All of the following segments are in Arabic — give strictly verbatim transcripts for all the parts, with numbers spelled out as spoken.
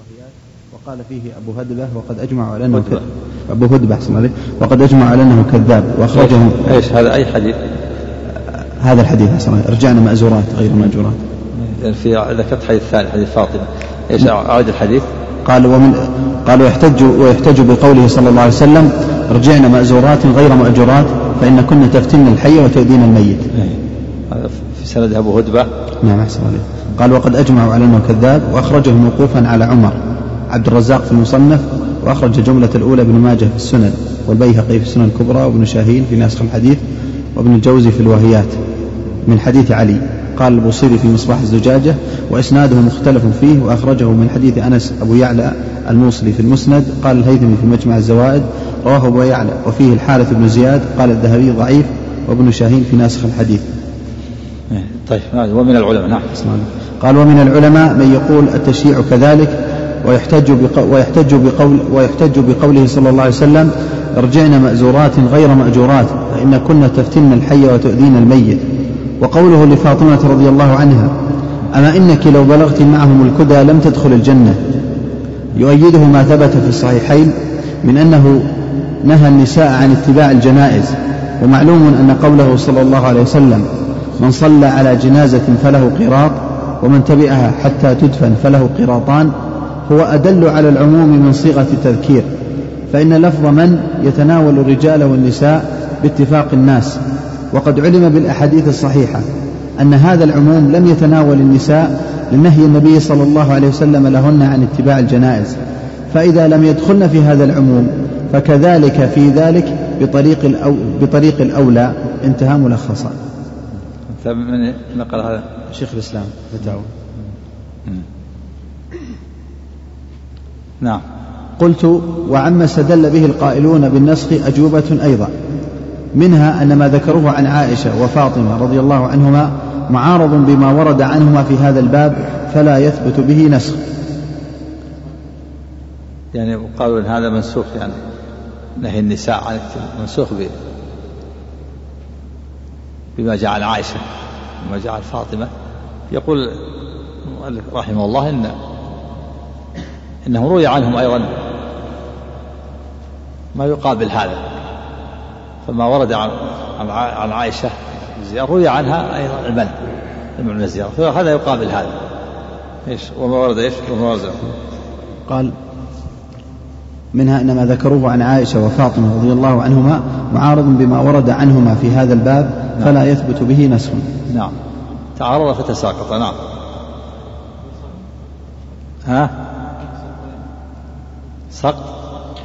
الوهيات، وقال فيه أبو هدبة وقد أجمع على أنه كذاب. أبو هدبة أحسن عليه وقد أجمع على أنه كذاب وأخرجه. إيش هذا أي حديث؟ هذا الحديث أحسن عليه رجعنا مأزورات غير مأجورات. في ذكرت حديث ثاني حديث فاطمة. إيش أعد الحديث؟ قال ومن قال ويحتج ويحتج بقوله صلى الله عليه وسلم رجعنا مأزورات غير مأجورات فإن كنا تفتن الحي وتؤذين الميت. هذا في سند أبو هدبة. نعم أحسن عليه. قال وقد أجمعوا على أنه كذاب وأخرجه موقوفا على عمر. عبد الرزاق في المصنف وأخرج جملة الأولى ابن ماجه في السنن والبيهقي في السنن الكبرى وابن شاهين في ناسخ الحديث وابن الجوزي في الوهيات من حديث علي. قال البوصيري في مصباح الزجاجة وإسناده مختلف فيه وأخرجه من حديث أنس أبو يعلى الموصلي في المسند. قال الهيثمي في مجمع الزوائد رواه أبو يعلى وفيه الحارث بن زياد. قال الذهبي ضعيف وابن شاهين في ناسخ الحديث. طيب ومن العلماء نعم. قال ومن العلماء من يقول التشييع كذلك ويحتج ويحتج بقول ويحتج بقوله صلى الله عليه وسلم ارجعنا مأزورات غير مأجورات فإن كنا تفتن الحي وتؤذين الميت. وقوله لفاطمة رضي الله عنها أما إنك لو بلغت معهم الكدى لم تدخل الجنة يؤيده ما ثبت في الصحيحين من أنه نهى النساء عن اتباع الجنائز. ومعلوم أن قوله صلى الله عليه وسلم من صلى على جنازة فله قراط ومن تبعها حتى تدفن فله قراطان هو أدل على العموم من صيغة التذكير، فإن لفظ من يتناول الرجال والنساء باتفاق الناس. وقد علم بالأحاديث الصحيحة أن هذا العموم لم يتناول النساء لنهي النبي صلى الله عليه وسلم لهن عن اتباع الجنائز، فإذا لم يدخلن في هذا العموم فكذلك في ذلك بطريق, الأو بطريق الأولى. انتهى ملخصا. من نقل هذا؟ شيخ الإسلام فتاوى. نعم. قلت وعما استدل به القائلون بالنسخ أجوبة أيضا، منها أن ما ذكروه عن عائشة وفاطمة رضي الله عنهما معارض بما ورد عنهما في هذا الباب فلا يثبت به نسخ. يعني قالوا إن هذا منسوخ، يعني نهي النساء عن منسوخ بما جاء عن عائشة وما جاء عن فاطمة. يقول رحمه الله إن إنه روي عنهم أيضا ما يقابل هذا، فما ورد عن عائشة روي عنها أيضا المنع المنع من الزيارة، فهذا يقابل هذا. إيش وما ورد إيش وما ورد؟ قال منها أن ما ذكروه عن عائشة وفاطمة رضي الله عنهما معارض بما ورد عنهما في هذا الباب فلا يثبت به نسخ. نعم. تعارض فتساقط. نعم. ها سقط.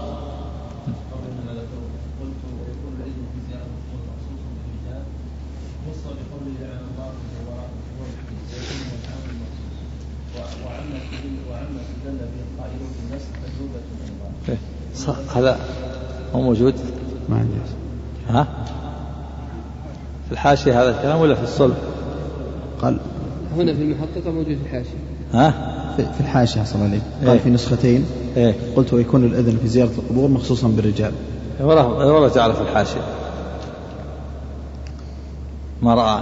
هذا هو موجود ما عندي. ها في الحاشية هذا الكلام ولا في الصلب؟ قال هنا في المحققة موجود في الحاشية. ها في الحاشية صلى الله عليه قال إيه؟ في نسختين. إيه؟ قلت ويكون الإذن في زيارة القبور مخصوصا بالرجال. والله جعل في الحاشية ما رأى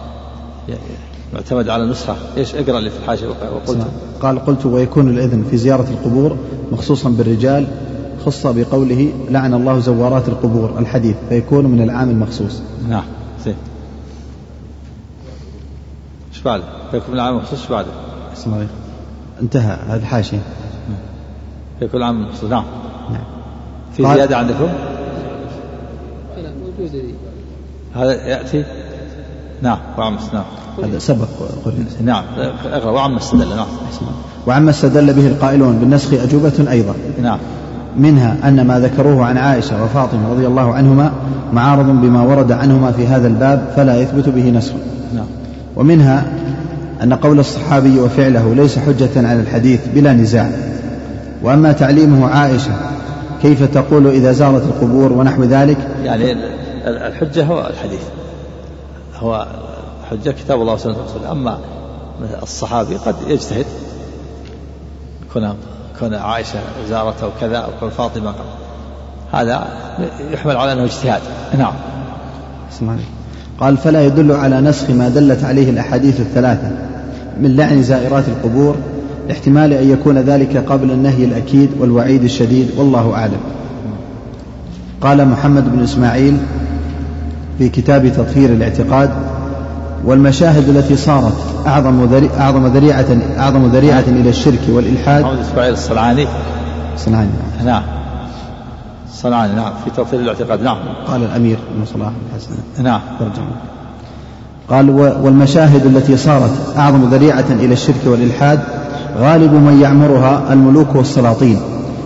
معتمد على نسخة. إيش اقرأ اللي في الحاشية وقلت. قال قلت ويكون الإذن في زيارة القبور مخصوصا بالرجال خص بقوله لعن الله زوارات القبور الحديث فيكون من العام المخصوص. نعم زين. ايش بعد فيكون من العام المخصوص؟ ايش بعده؟ انتهى هذا الحاشية. فيكون العام المخصوص. نعم. نعم. في زيادة عندكم؟ لا موجودة دي. هذا يأتي. نعم وعم نعم هذا سبق قلنا. نعم اقرأ وعم استدل. نعم. وعما استدل به القائلون بالنسخ أجوبة أيضا. نعم. منها أن ما ذكروه عن عائشة وفاطمة رضي الله عنهما معارض بما ورد عنهما في هذا الباب فلا يثبت به نسخ. نعم. ومنها أن قول الصحابي وفعله ليس حجة على الحديث بلا نزاع. وأما تعليمه عائشة كيف تقول إذا زارت القبور ونحو ذلك، يعني الحجة هو الحديث، هو حجة كتاب الله وسنة رسوله. أما الصحابي قد يجتهد، كنا كون عائشة زارته وكذا أو كون فاطمة، هذا يحمل على أنه اجتهاد. نعم. قال فلا يدل على نسخ ما دلت عليه الأحاديث الثلاثة من لعن زائرات القبور لاحتمال أن يكون ذلك قبل النهي الأكيد والوعيد الشديد، والله أعلم. قال محمد بن إسماعيل في كتاب تطهير الاعتقاد: والمشاهد التي صارت أعظم ذريعة, أعظم ذريعة, أعظم ذريعة إلى الشرك والإلحاد. محمد إسماعيل الصنعاني الصنعاني نعم الصنعاني نعم في تطهير الاعتقاد. نعم قال الأمير بن صلاح الحسن نعم ترجمة. قال: والمشاهد التي صارت أعظم ذريعة إلى الشرك والإلحاد غالب من يعمرها الملوك والسلاطين.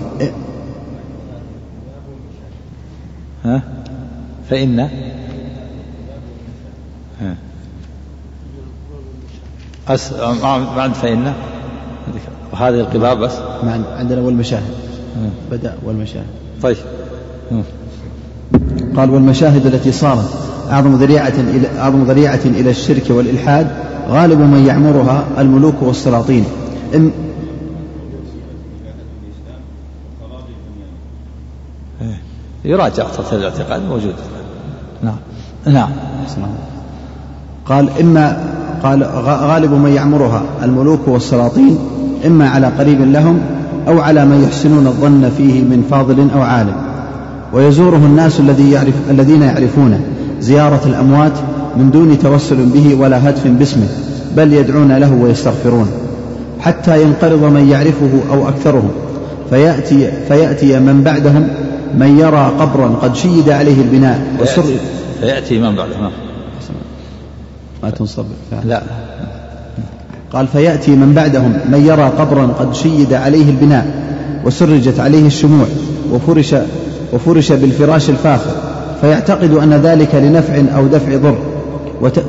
ها فإن ها أس... ما عند فإن وهذه القباب بس عندنا والمشاهد بدأ والمشاهد. طيب. قال: والمشاهد التي صارت أعظم ذريعة إلى أعظم ذريعة إلى الشرك والإلحاد غالب من يعمرها الملوك والسلاطين. إم يراجع تطهير الاعتقاد موجود. نعم نعم. قال: إما قال غالب من يعمرها الملوك والسلاطين إما على قريب لهم أو على من يحسنون الظن فيه من فاضل أو عالم، ويزوره الناس الذي يعرف الذين يعرفونه زيارة الأموات من دون توسل به ولا هتف باسمه، بل يدعون له ويستغفرون، حتى ينقرض من يعرفه أو أكثرهم، فيأتي, فيأتي من بعدهم من يرى قبرا قد شيد عليه البناء وسر فيأتي, فيأتي من بعدهم ما تنصب لا. قال: فيأتي من بعدهم من يرى قبرا قد شيد عليه البناء وسرجت عليه الشموع وفرش, وفرش بالفراش الفاخر، فيعتقد أن ذلك لنفع أو دفع ضر وت...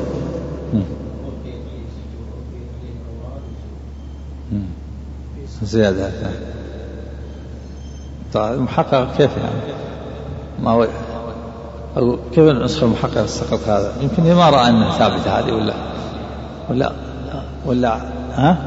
زيادة. طيب محقق كيف يعني ما هو أو كيف النسخة المحققة السقط هذا؟ يمكن ما رأى أن ثابتة هذه ولا ولا ولا ها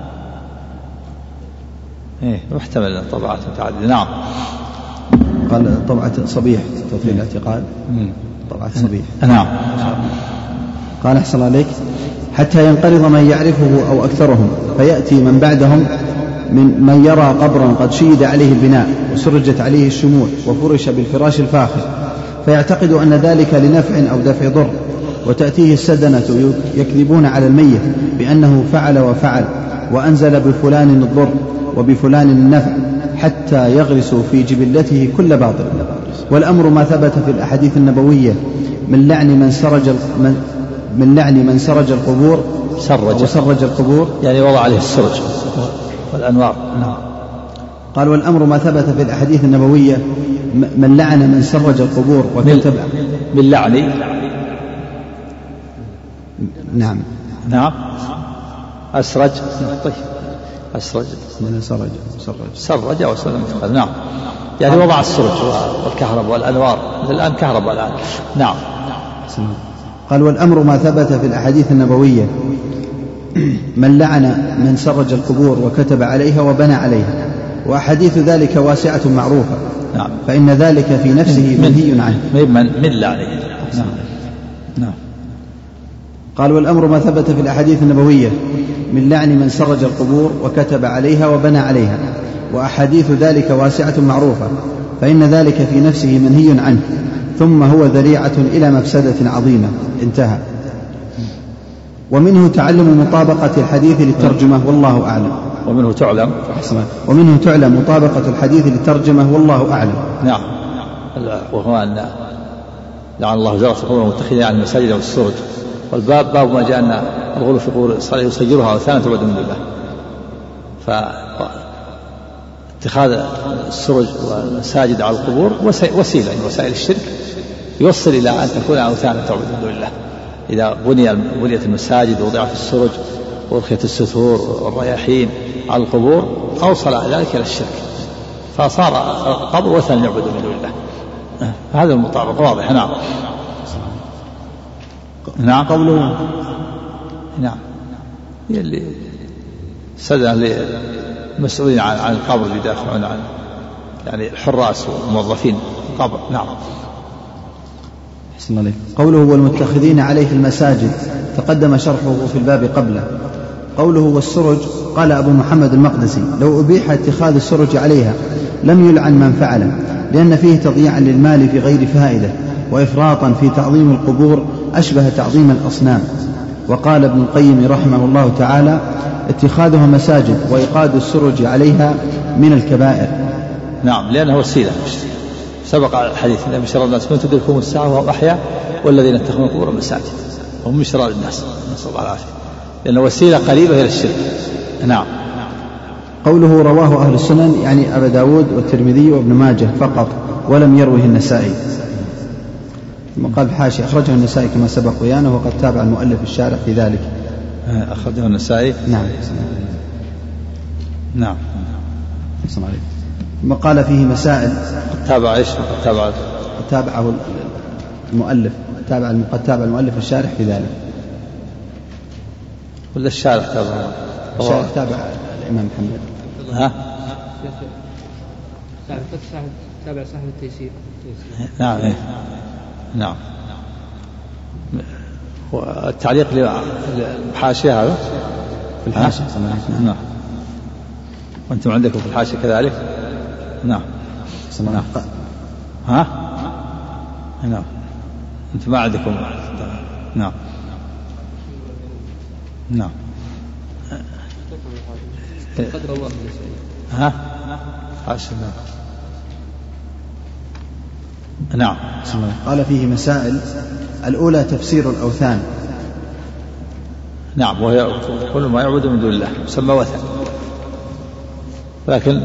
إيه محتمل طبعات متعددة. نعم. قال: طبعة صبيح تطهير الاعتقاد طبعة صبيح. نعم. قال: أحسن عليك. حتى ينقرض من يعرفه أو أكثرهم، فيأتي من بعدهم من, من يرى قبرا قد شيد عليه البناء وسرجت عليه الشموع وفرش بالفراش الفاخر، فيعتقد أن ذلك لنفع أو دفع ضر، وتأتيه السدنة يكذبون على الميت بأنه فعل وفعل وأنزل بفلان الضر وبفلان النفع، حتى يغرسوا في جبلته كل باطل. والأمر ما ثبت في الأحاديث النبوية من لعن من سرج من, من لعن من سرج القبور سرج وسرج القبور يعني وضع عليه السرج والأنوار. نعم. قال: والأمر ما ثبت في الأحاديث النبوية من لعن من سرج القبور وكتب من لعن. نعم نعم. أسرج. طيب أسرج من سرج سرج سرج أو سرج. نعم يعني وضع السرج والكهرباء والأنوار، الآن كهرباء الآن. نعم. قال: والأمر ما ثبت في الأحاديث النبوية من لعن من سرج القبور وكتب عليها وبنى عليها، وأحاديث ذلك واسعة معروفة. نعم. فإن ذلك في نفسه منهي عنه. من من لعنه. نعم. نعم. قال: والأمر ما ثبت في الأحاديث النبوية من لعن من سرج القبور وكتب عليها وبنى عليها، وأحاديث ذلك واسعة معروفة، فإن ذلك في نفسه منهي عنه، ثم هو ذريعة إلى مفسدة عظيمة. انتهى. ومنه تعلم مطابقة الحديث للترجمة، والله أعلم. ومنه تعلم ومنه تعلم مطابقة الحديث للترجمة، والله أعلم. نعم. وهو أن لعن الله زرع القبور المتخذين عن المساجد والسرج. والباب باب ما جاء أن الغلو في قبور الصالحين يسجلها أوثانا تعبد من دون الله، فاتخاذ السرج والمساجد على القبور وسيلة من وسائل الشرك يوصل إلى أن تكون أوثانا تعبد من دون الله. إذا بني بنيت المساجد ووضعت السرج وألقيت الستور والرياحين على القبور أوصل ذلك إلى الشرك، فصار القبر وثنا يعبد من دون الله. هذا المطابقة واضح. نعم. نعم. قوله نعم اللي سدى للمسؤولين عن عن القبر اللي يدافعون عن يعني الحراس والموظفين القبر. نعم. حسن عليك. قوله والمتخذين عليه المساجد تقدم شرحه في الباب قبله. قوله والسرج قال أبو محمد المقدسي: لو أبيح اتخاذ السرج عليها لم يلعن من فعله، لأن فيه تضييعا للمال في غير فائدة، وإفراطا في تعظيم القبور أشبه تعظيم الأصنام. وقال ابن القيم رحمه الله تعالى: اتخاذها مساجد وإيقاد السرج عليها من الكبائر. نعم، لأنه وسيلة. سبق الحديث: إن شر الناس من تدركهم الساعة وهم أحياء والذين اتخذوا القبور مساجد، هم من شرار الناس، نسأل الله العافية، لأنه وسيلة قريبة إلى الشرك. نعم. قوله رواه أهل السنن يعني أبا داود والترمذي وابن ماجه فقط، ولم يروه النسائي. ثم قال الحاشي: أخرجه النسائي كما سبق بيانه، وقد تابع المؤلف الشارح في ذلك. أخرجه النسائي. نعم. نعم. ثم قال فيه مسائل. تابع إيش؟ تابع تابعه المؤلف، تابع قد تابع المؤلف الشارح في ذلك. ولا الشارح تابع؟ الشارح تابع الإمام محمد. ها؟ تابع صاحب التيسير. نعم. إيه. نعم. والتعليق للحاشية هذا في الحاشية. نعم. وأنتم عندكم في الحاشية كذلك؟ نعم. نعم. ها؟ نعم. أنتم ما عندكم. نعم. نعم. قدر الله. ها؟ حاشية. نعم. قال فيه مسائل. الأولى تفسير الأوثان. نعم، وهي كل ما يعبد من دون الله يسمى وثن، لكن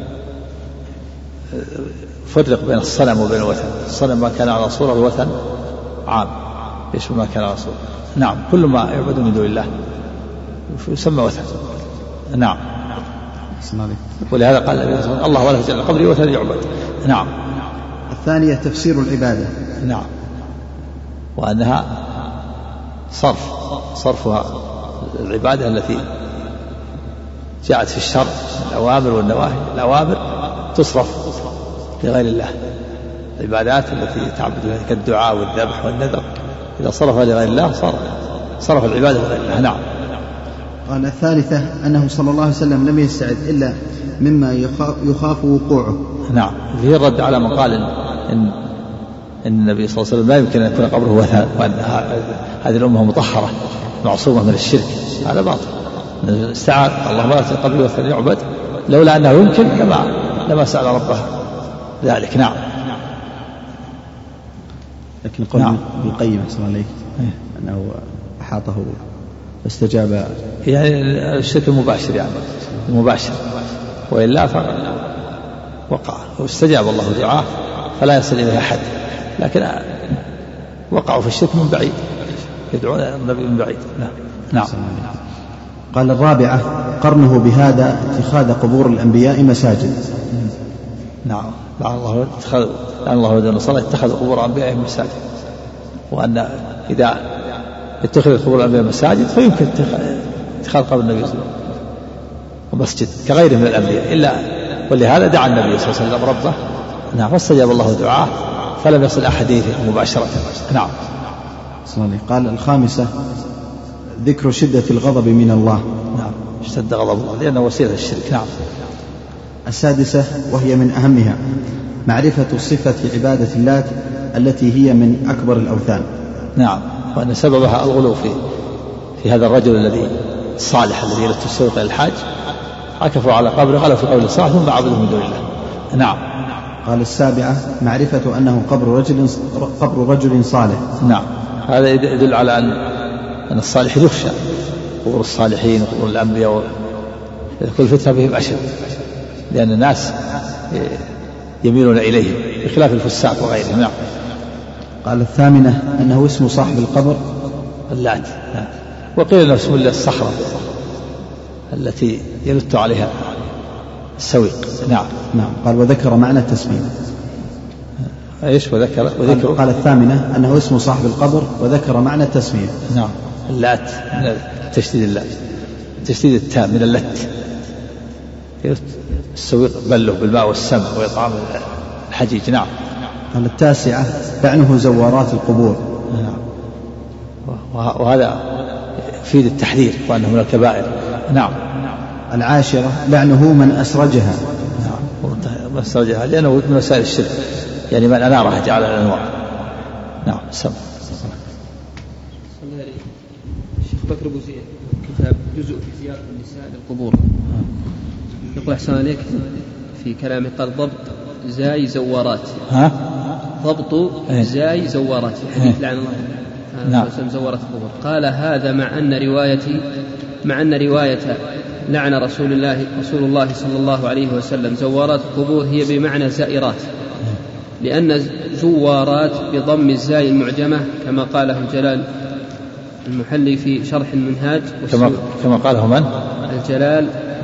فرق بين الصنم وبين الوثن. الصنم ما كان على صورة، الوثن عام يشمل ما كان على صورة. نعم، كل ما يعبد من دون الله يسمى وثن. نعم. ولهذا قال الله: ولا تجعل قبري وثن يعبد. نعم. الثانية تفسير العبادة. نعم، وأنها صرف صرفها العبادة التي جاءت في الشرع، الأوامر والنواهي. الأوامر تصرف لغير الله، العبادات التي تعبد كالدعاء والذبح والنذر إذا صرفها لغير الله صار صرف العبادة لغير الله. نعم. قال الثالثة أنه صلى الله عليه وسلم لم يستعد إلا مما يخاف وقوعه. نعم. فيه الرد على من قال إن إن النبي صلى الله عليه وسلم لا يمكن أن يكون قبره وثن، وأن هذه الأمة مطهرة معصومة من الشرك. هذا باطل. استعاذ اللهم لا تجعل قبري وثن يعبد، لولا أنه يمكن لما لما سأل ربه ذلك. نعم. لكن قول نعم. ابن القيم صلى الله عليه أنه أحاطه فاستجاب، يعني الشرك المباشر، يعني المباشر، وإلا فوقع واستجاب الله دعاه فلا يصل إليه أحد، لكن وقعوا في الشرك من بعيد، يدعون النبي من بعيد. نعم. قال الرابعة قرنه بهذا اتخاذ قبور الأنبياء مساجد. نعم. لعن الله اتخذ لعن الله الذين النصارى اتخذوا قبور أنبيائهم مساجد، وأن إذا اتخذت قبور الأنبياء مساجد فيمكن اتخاذ قبر النبي صلى الله عليه وسلم مسجد كغيره من الأنبياء، إلا ولهذا دعا النبي صلى الله عليه وسلم ربه. نعم. فاستجاب الله دعاه فلم يصل أحد إليه مباشرة. نعم. قال الخامسة ذكر شدة الغضب من الله. نعم. اشتد غضب الله لأنه وسيلة الشرك. نعم. السادسة وهي من أهمها معرفة صفة عبادة اللات التي هي من أكبر الأوثان. نعم. وأن سببها الغلو في في هذا الرجل الذي الصالح الذي يلت السوق إلى الحاج، عكفوا على قبره، غلوا في قول صالح ثم عبدوا من دون الله. نعم. قال السابعة معرفة أنه قبر رجل قبر رجل صالح. نعم. هذا يدل على أن أن الصالح يخشى، قبور الصالحين وقبور الأنبياء كل فتنة بهم أشد، لأن الناس يميلون إليهم بخلاف الفساق وغيرهم. نعم. قال الثامنة أنه اسم صاحب القبر اللات. نعم. وقيل أنه اسم الصخرة التي يلت عليها السويق. نعم. نعم. قال وذكر معنى التسمية. ايش وذكر وذكر قال الثامنة أنه اسم صاحب القبر وذكر معنى التسمية. نعم. اللات من تشديد اللات، تشديد التاء من اللت، السويق بله بالماء والسمع وإطعام الحجيج. نعم. قال التاسعة لعنه زوارات القبور. نعم. وهذا يفيد التحذير وأنه من الكبائر. نعم. العاشرة لعنه من أسرجها. نعم من أسرجها لأنه من وسائل الشرك، يعني من أنارها جعل الأنوار. نعم سم. الشيخ بكر أبو زيد كتاب جزء في زيارة النساء للقبور، يقول أحسن عليك في كلامه قال ضبط زاي زوارات. ها؟ ضبط زاي زوارات في حديث لعن الله نعم. زوارات القبور. قال هذا مع أن روايتي مع أن رواية لعن رسول الله رسول الله صلى الله عليه وسلم زوارات القبور هي بمعنى زائرات، لأن زوارات بضم الزاي المعجمة كما قاله الجلال المحلي في شرح المنهاج كما كما قاله من؟ الجلال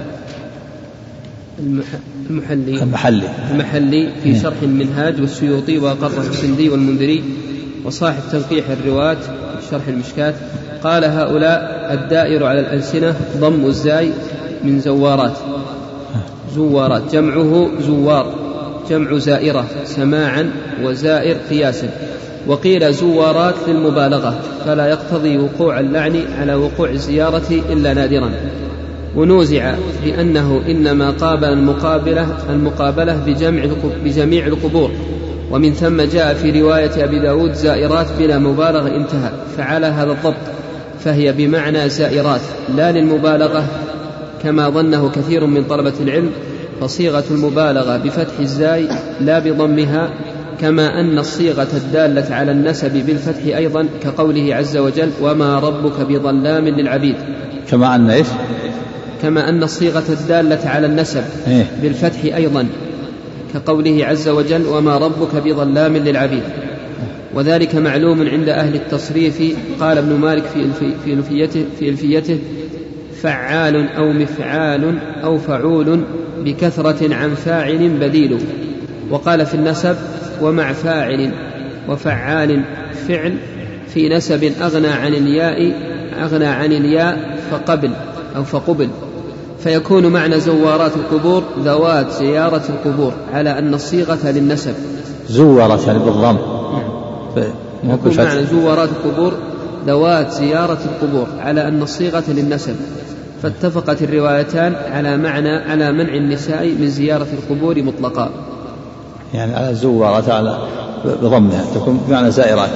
المحلي المحلي المحلي في شرح المنهاج، والسيوطي وأقره السندي والمنذري وصاحب تنقيح الرواة في شرح المشكات. قال هؤلاء الدائر على الألسنة ضم الزاي من زوارات زوارات جمعه زوار جمع زائرة سماعا وزائر قياسا، وقيل زوارات للمبالغة فلا يقتضي وقوع اللعن على وقوع الزيارة إلا نادرا، ونوزع بأنه إنما قابل المقابلة المقابلة بجمع بجميع القبور، ومن ثم جاء في رواية أبي داود زائرات بلا مبالغة انتهى، فعلى هذا الضبط فهي بمعنى زائرات لا للمبالغة كما ظنه كثير من طلبة العلم، فصيغة المبالغة بفتح الزاي لا بضمها، كما أن الصيغة الدالة على النسب بالفتح أيضا كقوله عز وجل وما ربك بظلام للعبيد. كما أن إيش؟ كما أن الصيغة الدالة على النسب إيه؟ بالفتح أيضا كقوله عز وجل وما ربك بظلام للعبيد، وذلك معلوم عند أهل التصريف. قال ابن مالك في ألفيته, في ألفيته فعال أو مفعال أو فعول بكثرة عن فاعل بديل، وقال في النسب ومع فاعل وفعال فعل في نسب أغنى عن الياء أغنى عن الياء فقبل أو فقبل، فيكون معنى زوارات القبور ذوات زيارة القبور على أن الصيغة للنسب زوارات يعني بالضم. يكون معنى زوارات القبور ذوات زيارة القبور على أن الصيغة للنسب، فاتفقت الروايتان على معنى على منع النساء من زيارة القبور مطلقا، يعني على زوارات على بضمها تكون بمعنى زائرات.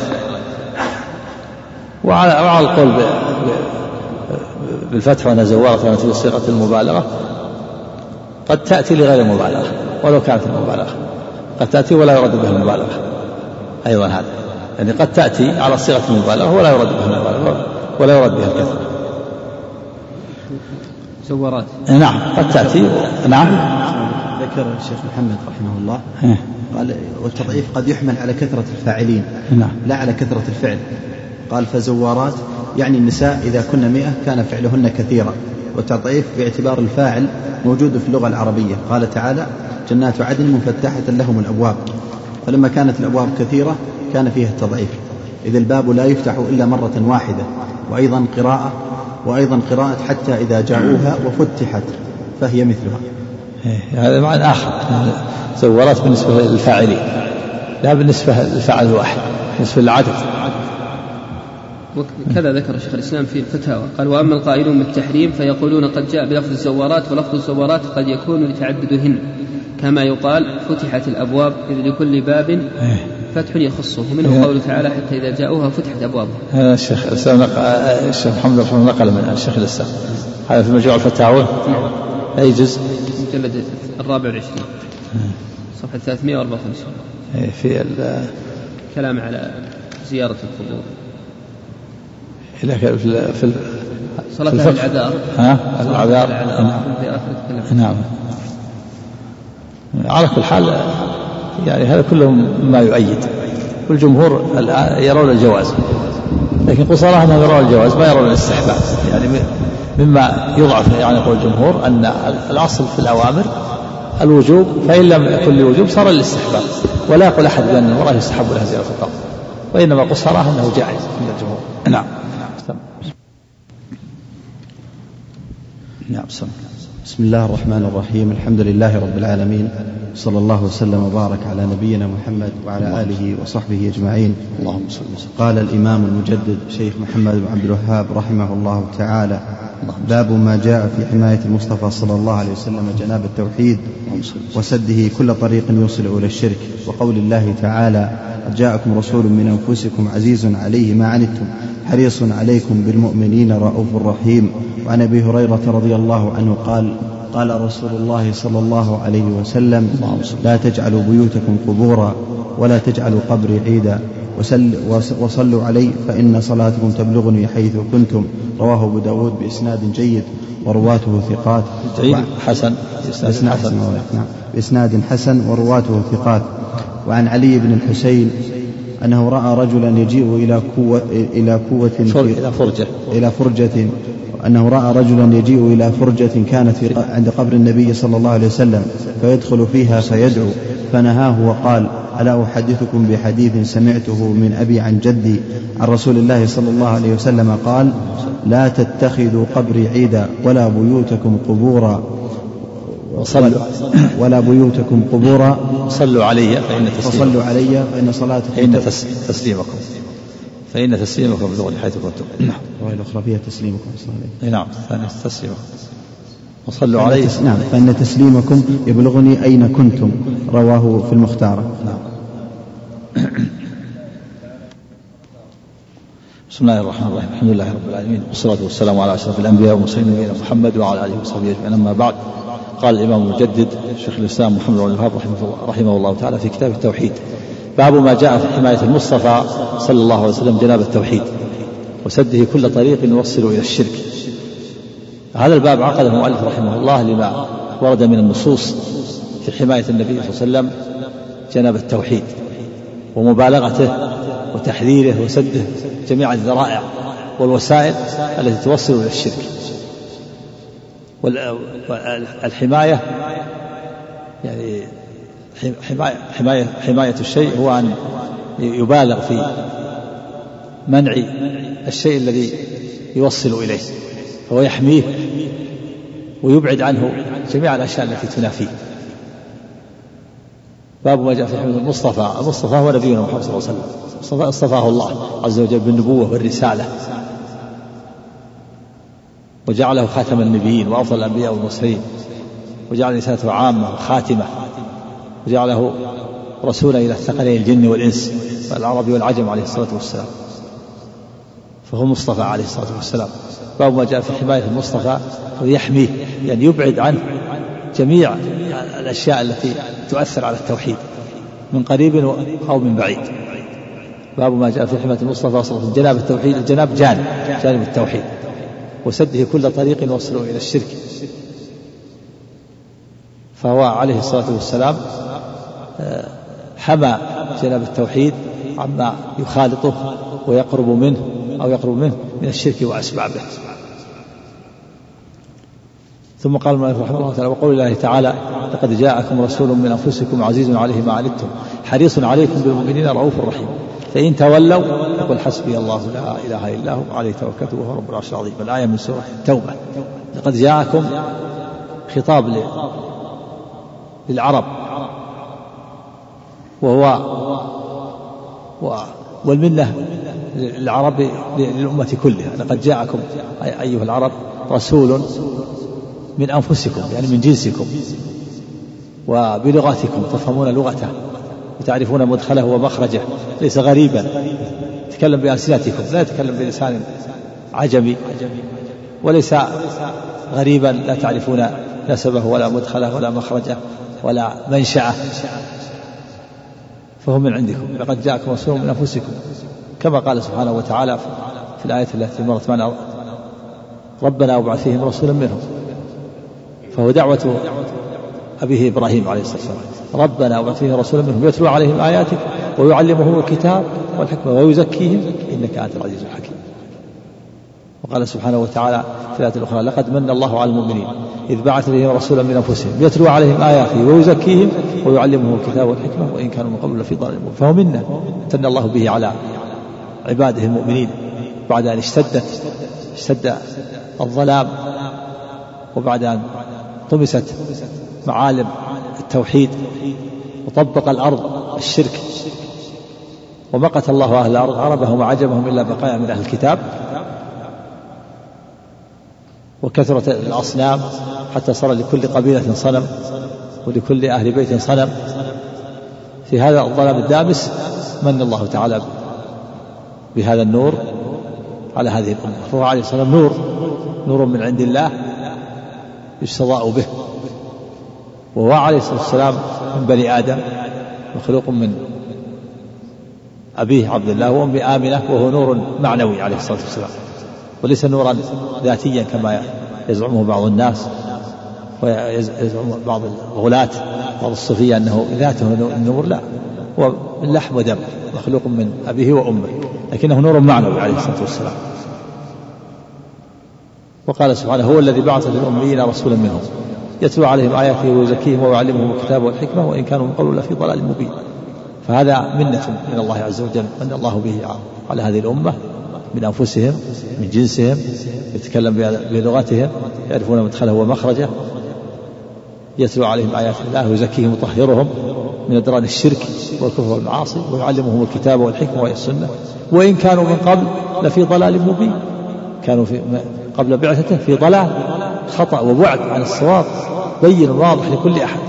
وعلى وعلى القول بالفتح وأن زوارات وأن في صيغة المبالغة قد تأتي لغير المبالغة ولو كانت المبالغة، قد تأتي ولا يرد بها المبالغة أيضا هذا، يعني قد تأتي على صيغة المبالغة ولا يرد بها المبالغة ولا يرد بها الكثرة. زوارات نعم قد تأتي. نعم ذكر الشيخ محمد رحمه الله قال والتضعيف قد يحمل على كثرة الفاعلين لا على كثرة الفعل. قال فزوارات يعني النساء إذا كن مئة كان فعلهن كثيرا، والتضعيف باعتبار الفاعل موجود في اللغة العربية. قال تعالى جنات عدن مفتحة لهم الأبواب، فلما كانت الأبواب كثيرة كان فيها التضعيف، إذ الباب لا يفتح إلا مرة واحدة. وأيضا قراءة وأيضا قراءة حتى إذا جاءوها وفتحت فهي مثلها. هذا معنى آخر، زوارات بالنسبة للفاعلين لا بالنسبة للفاعل الواحد، بالنسبة للعدد. وكذا ذكر شيخ الإسلام في الفتاوى قال وأما القائلون بالتحريم فيقولون قد جاء بلفظ الزوارات، ولفظ الزوارات قد يكون لتعددهن، كما يقال فتحت الأبواب إذ لكل باب فتح يخصه، ومنه قوله تعالى حتى إذا جاءوها فتحت أبوابها. هذا الشيخ الشيخ محمد رحمه الله نقل من الشيخ الإسلام هذا في مجموع الفتاوى أي جزء المجلد الرابع والعشرين صفحة ثلاثمائة وأربعة وخمسين في كلام على زيارة القبور في في صلاة العذار. ها العذار نعم. على كل حال يعني هذا كله ما يؤيد، والجمهور يرون الجواز، لكن قصراها أنهم يرون الجواز ما يرون الاستحباب، يعني مما يضعف يعني يقول الجمهور أن الأصل في الأوامر الوجوب، فإن لم يكن لوجوب صار الاستحباب، ولا يقول أحد بأن المرأة يستحب لها زيارة القبر، وإنما قصراها أنه جائز من الجمهور. نعم نعم. بسم الله الرحمن الرحيم، الحمد لله رب العالمين، صلى الله وسلم وبارك على نبينا محمد وعلى آله وصحبه أجمعين. اللهم صل وسلم. قال الإمام المجدد شيخ محمد بن عبد الوهاب رحمه الله تعالى باب ما جاء في حماية المصطفى صلى الله عليه وسلم جناب التوحيد وسده كل طريق يوصل إلى الشرك، وقول الله تعالى جاءكم رسول من أنفسكم عزيز عليه ما عنتم حريص عليكم بالمؤمنين رؤوف رحيم. وعن أبي هريرة رضي الله عنه قال قال رسول الله صلى الله عليه وسلم لا تجعلوا بيوتكم قبورا ولا تجعلوا قبري عيدا وصلوا علي فإن صلاتكم تبلغني حيث كنتم. رواه أبو داود بإسناد جيد ورواته ثقات. حسن بإسناد حسن, بإسناد حسن ورواته ثقات. وعن علي بن الحسين أنه رأى رجلا يجيء إلى كوة إلى كوة إلى فرجة إلى فرجة أنه رأى رجلا يجيء إلى فرجة كانت في عند قبر النبي صلى الله عليه وسلم فيدخل فيها فيدعو، فنهاه وقال ألا أحدثكم بحديث سمعته من أبي عن جدي عن رسول الله صلى الله عليه وسلم قال لا تتخذوا قبري عيدا ولا بيوتكم قبورا وصلوا ولا بيوتكم قبورا صلوا علي فإن فصلوا علي فإن صلاتكم فإن تسليمكم فإن تسليمكم بلغني حيث كنتم. نعم. الأخرى فيها تسليمكم. نعم تسليمكم وصلوا علي. نعم فإن تسليمكم يبلغني أين كنتم. رواه في المختارة. نعم. بسم الله الرحمن الرحيم الحمد لله رب العالمين والصلاة والسلام على أشرف الأنبياء والمرسلين نبينا محمد وعلى آله وصحبه أجمعين. أما بعد، قال الإمام المجدد شيخ الإسلام محمد بن عبد الوهاب رحمه الله تعالى في كتاب التوحيد باب ما جاء في حماية المصطفى صلى الله عليه وسلم جناب التوحيد وسده كل طريق يوصل إلى الشرك. هذا الباب عقده المؤلف رحمه الله لما ورد من النصوص في حماية النبي صلى الله عليه وسلم جناب التوحيد ومبالغته وتحذيره وسده جميع الذرائع والوسائل التي توصل إلى الشرك. والحماية يعني حماية, حماية, حماية الشيء هو أن يبالغ في منع الشيء الذي يوصل إليه، فهو يحميه ويبعد عنه جميع الأشياء التي تنافيه. باب ما جاء في حماية المصطفى. المصطفى هو نبينا محمد صلى الله عليه وسلم، اصطفاه الله عز وجل بالنبوة والرسالة وجعله خاتم النبيين وأفضل الأنبياء والمرسلين، وجعل رسالته عامة وخاتمة، وجعله رسولا إلى ثقلي الجن والإنس والعرب والعجم عليه الصلاة والسلام، فهو مصطفى عليه الصلاة والسلام. باب ما جاء في حماية المصطفى ويحميه، يعني يبعد عنه جميع الأشياء التي تؤثر على التوحيد من قريب أو من بعيد. باب ما جاء في حماية المصطفى صلى الله عليه وسلم جناب التوحيد، الجناب جانب جانب التوحيد وسده كل طريق يوصل إلى الشرك. فهو عليه الصلاة والسلام حمى جناب التوحيد عما يخالطه ويقرب منه أو يقرب منه من الشرك وأسبابه. ثم قال المؤلف رحمه الله تعالى وقول الله تعالى لقد جاءكم رسول من أنفسكم عزيز عليه ما عنتم حريص عليكم بالمؤمنين رؤوف رحيم فإن تولوا فقل حسبي الله لا إله إلا هو عليه توكلت وهو رب العرش العظيم. الآية من سورة التوبة. لقد جاءكم خطاب للعرب، وهو والمنة للعرب للأمة كلها. لقد جاءكم أيها العرب رسول من أنفسكم، يعني من جنسكم وبلغتكم، تفهمون لغته وتعرفون مدخله ومخرجه، ليس غريبا يتكلم بألسنتكم، لا يتكلم بلسان عجمي، وليس غريبا لا تعرفون نسبه ولا مدخله ولا مخرجه ولا منشأه، فهو من عندكم. لقد جاءكم رسول من أنفسكم، كما قال سبحانه وتعالى في الآية التي مرت معنا ربنا وابعث فيهم رسولا منهم، فهو دعوة أبيه إبراهيم عليه الصلاة والسلام ربنا وابعث فيهم رسولا منهم يتلو عليهم آياتك ويعلمهم الكتاب والحكمة ويزكيهم إنك أنت العزيز الحكيم. وقال سبحانه وتعالى في الآية الأخرى لقد من الله على المؤمنين إذ بعث فيهم رسولا من أنفسهم يتلو عليهم آياته ويزكيهم ويعلمهم الكتاب والحكمة وإن كانوا من قبل لفي ضلال مبين. فهو منا امتن الله به على عباده المؤمنين بعد أن اشتدت اشتد الظلام، وبعد أن طمست معالم التوحيد وطبق الأرض الشرك ومقت الله أهل الأرض عربهم وعجمهم إلا بقايا من أهل الكتاب. وكثرة الأصنام حتى صار لكل قبيلة صنم ولكل أهل بيت صنم. في هذا الظلام الدامس من الله تعالى بهذا النور على هذه الأمة، فهو عليه الصلاة والسلام نور نور من عند الله يستضاء به، وهو عليه الصلاة والسلام من بني آدم مخلوق من أبيه عبد الله وأمه آمنة، وهو نور معنوي عليه الصلاة والسلام، وليس نورا ذاتيا كما يزعمه بعض الناس ويزعم بعض الغلاة بعض الصوفية أنه ذاته النور، لا، هو من لحم ودم مخلوق من أبيه وأمه، لكنه نور معنوي عليه الصلاة والسلام. وقال سبحانه: هو الذي بعث في الأميين رسولا منهم يتلو عليهم آياته ويزكيهم ويعلمهم الكتاب والحكمة وإن كانوا من قبل لفي ضلال مبين. فهذا منة من الله عز وجل من الله به على هذه الأمة، من أنفسهم من جنسهم، يتكلم بلغتهم، يعرفون مدخله ومخرجه، يتلو عليهم آيات الله ويزكيهم ويطهرهم من أدران الشرك والكفر والمعاصي ويعلمهم الكتاب والحكمة والسنة وإن كانوا من قبل لفي ضلال مبين. كانوا في قبل بعثته في ضلال، خطأ وبعد عن الصواب بين واضح لكل أحد.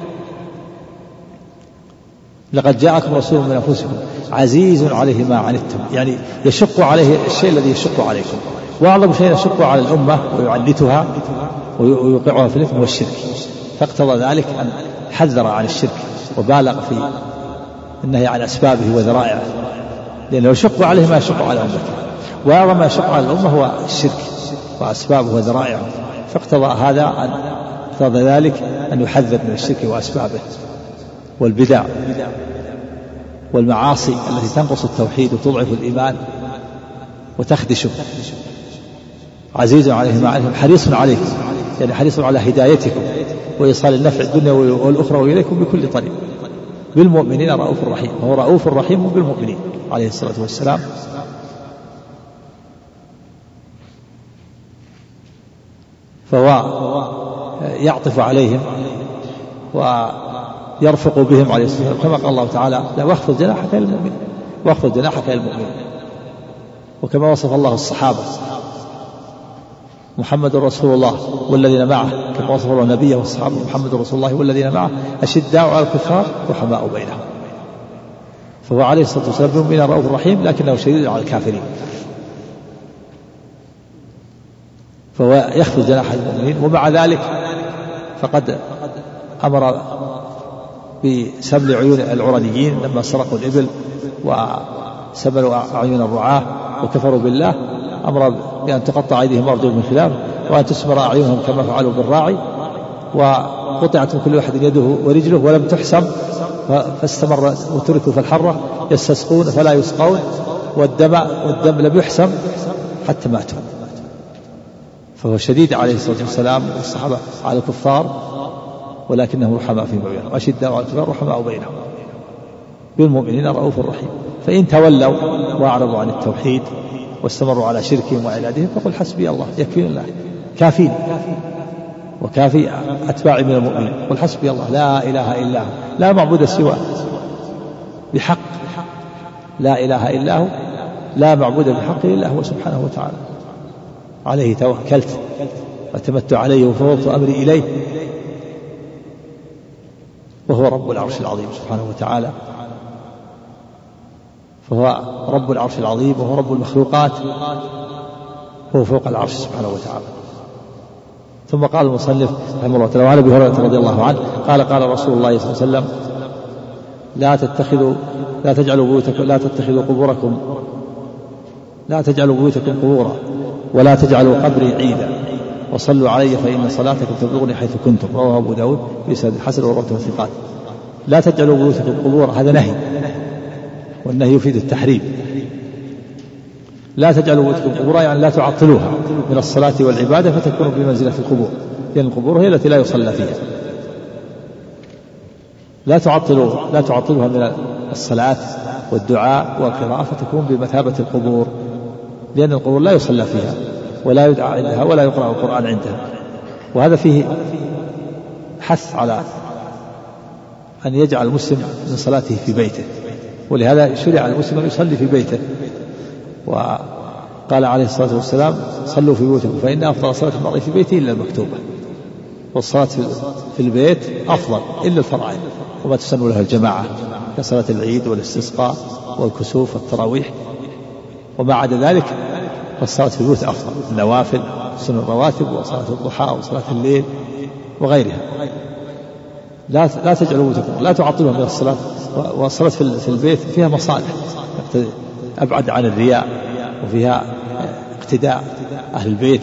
لقد جاءكم رسول من أنفسكم عزيز عليه ما عنتم، يعني يشق عليه الشيء الذي يشق عليكم، وأعظم شيء يشق على الأمة ويعنتها ويوقعها في الإثم والشرك، فاقتضى ذلك أن حذر عن الشرك وبالغ في النهي عن أسبابه وذرائعه، لأنه يشق عليه ما يشق على أمته، وأعظم ما يشق على الأمة هو الشرك وأسبابه وذرائعه، فاقتضى هذا أن اقتضى ذلك أن يحذر من الشرك وأسبابه والبدع والمعاصي التي تنقص التوحيد وتضعف الإيمان وتخدشه. عزيز عليه ما عنتم حريص عليكم، يعني حريص على هدايتكم وإيصال النفع الدنيا والأخرى وإليكم بكل طريق. بالمؤمنين رؤوف رحيم، وهو رؤوف رحيم بالمؤمنين عليه الصلاة والسلام. فهو يعطف عليهم ويرفق بهم عليه الصلاة والسلام، كما قال الله تعالى: لا واخفض جناحك للمؤمن واخفض جناحك للمؤمن. وكما وصف الله الصحابة: محمد رسول الله والذين معه، كما وصف الله نبيه والصحابة: محمد رسول الله والذين معه أشداء على الكفار رحماء بينهم. فهو عليه الصلاة والسلام بالمؤمنين رؤوف رحيم، لكنه شديد على الكافرين، فهو يخفض جناح المؤمنين. ومع ذلك فقد أمر بسبل عيون العرنيين لما سرقوا الإبل وسبلوا أعين الرعاة وكفروا بالله، أمر بأن تقطع أيديهم وأرجلهم من خلاف وأن تسمر أعينهم كما فعلوا بالراعي، وقطعت من كل واحد يده ورجله ولم تحسم، فاستمر وتركوا في الحرة يستسقون فلا يسقون، والدم والدم لم يحسم حتى ماتوا. فهو شديد عليه الصلاة والسلام والصحابة على الكفار، ولكنه رحماء فيما بينهم، أشداء على الكفار رحماء بينهم، بالمؤمنين رؤوف رحيم. فإن تولوا وأعرضوا عن التوحيد واستمروا على شركهم وعنادهم فقل حسبي الله، يكفي الله، كافين وكافي أتباع من المؤمنين، قل حسبي الله لا إله إلا هو لا معبود سواه بحق، لا إله إلا هو لا معبود بحق إلا هو سبحانه وتعالى، عليه توكلت وتمت عليه وفوضت أمري إليه، وهو رب العرش العظيم سبحانه وتعالى. فهو رب العرش العظيم وهو رب المخلوقات، هو فوق العرش سبحانه وتعالى. ثم قال المصنف رحمه الله تعالى: وعن أبي هريرة رضي الله عنه قال: قال رسول الله صلى الله عليه وسلم: لا تتخذوا لا تجعلوا بيوتكم لا تتخذوا قبوركم لا تجعلوا بيوتكم قبورا ولا تجعلوا قبري عيدا وصلوا علي فإن صلاتكم تبلغني حيث كنتم. رواه أبو داود بإسناد حسن وروته ثقات. لا تجعلوا بيوتكم قبورا، هذا نهي، والنهي يفيد التحريم. لا تجعلوا بيوتكم قبورا يعني لا تعطلوها من الصلاة والعبادة فتكونوا بمنزلة القبور، لأن القبور هي التي لا يصلى فيها. لا تعطلوا لا تعطلوها من الصلاة والدعاء والقراءة فتكون بمثابة القبور، لأن القبور لا يصلى فيها ولا يدعى عندها ولا يقرأ القرآن عندها. وهذا فيه حث على أن يجعل المسلم من صلاته في بيته، ولهذا شرع المسلم أن يصلي في بيته قال عليه الصلاة والسلام صلوا في بيوتكم فإن أفضل صلاة المرء في بيته إلا المكتوبة، والصلاة في البيت أفضل إلا الفرائض وما تسن لها الجماعة كصلاة العيد والاستسقاء والكسوف والتراويح، وما عدا ذلك فالصلاة في البيوت أفضل، النوافل سنن الرواتب وصلاة الضحى وصلاة الليل وغيرها. لا لا تجعلوا بيوتكم، لا تعطلوها من الصلاة، والصلاة في البيت فيها مصالح، أبعد عن الرياء، وفيها اقتداء أهل البيت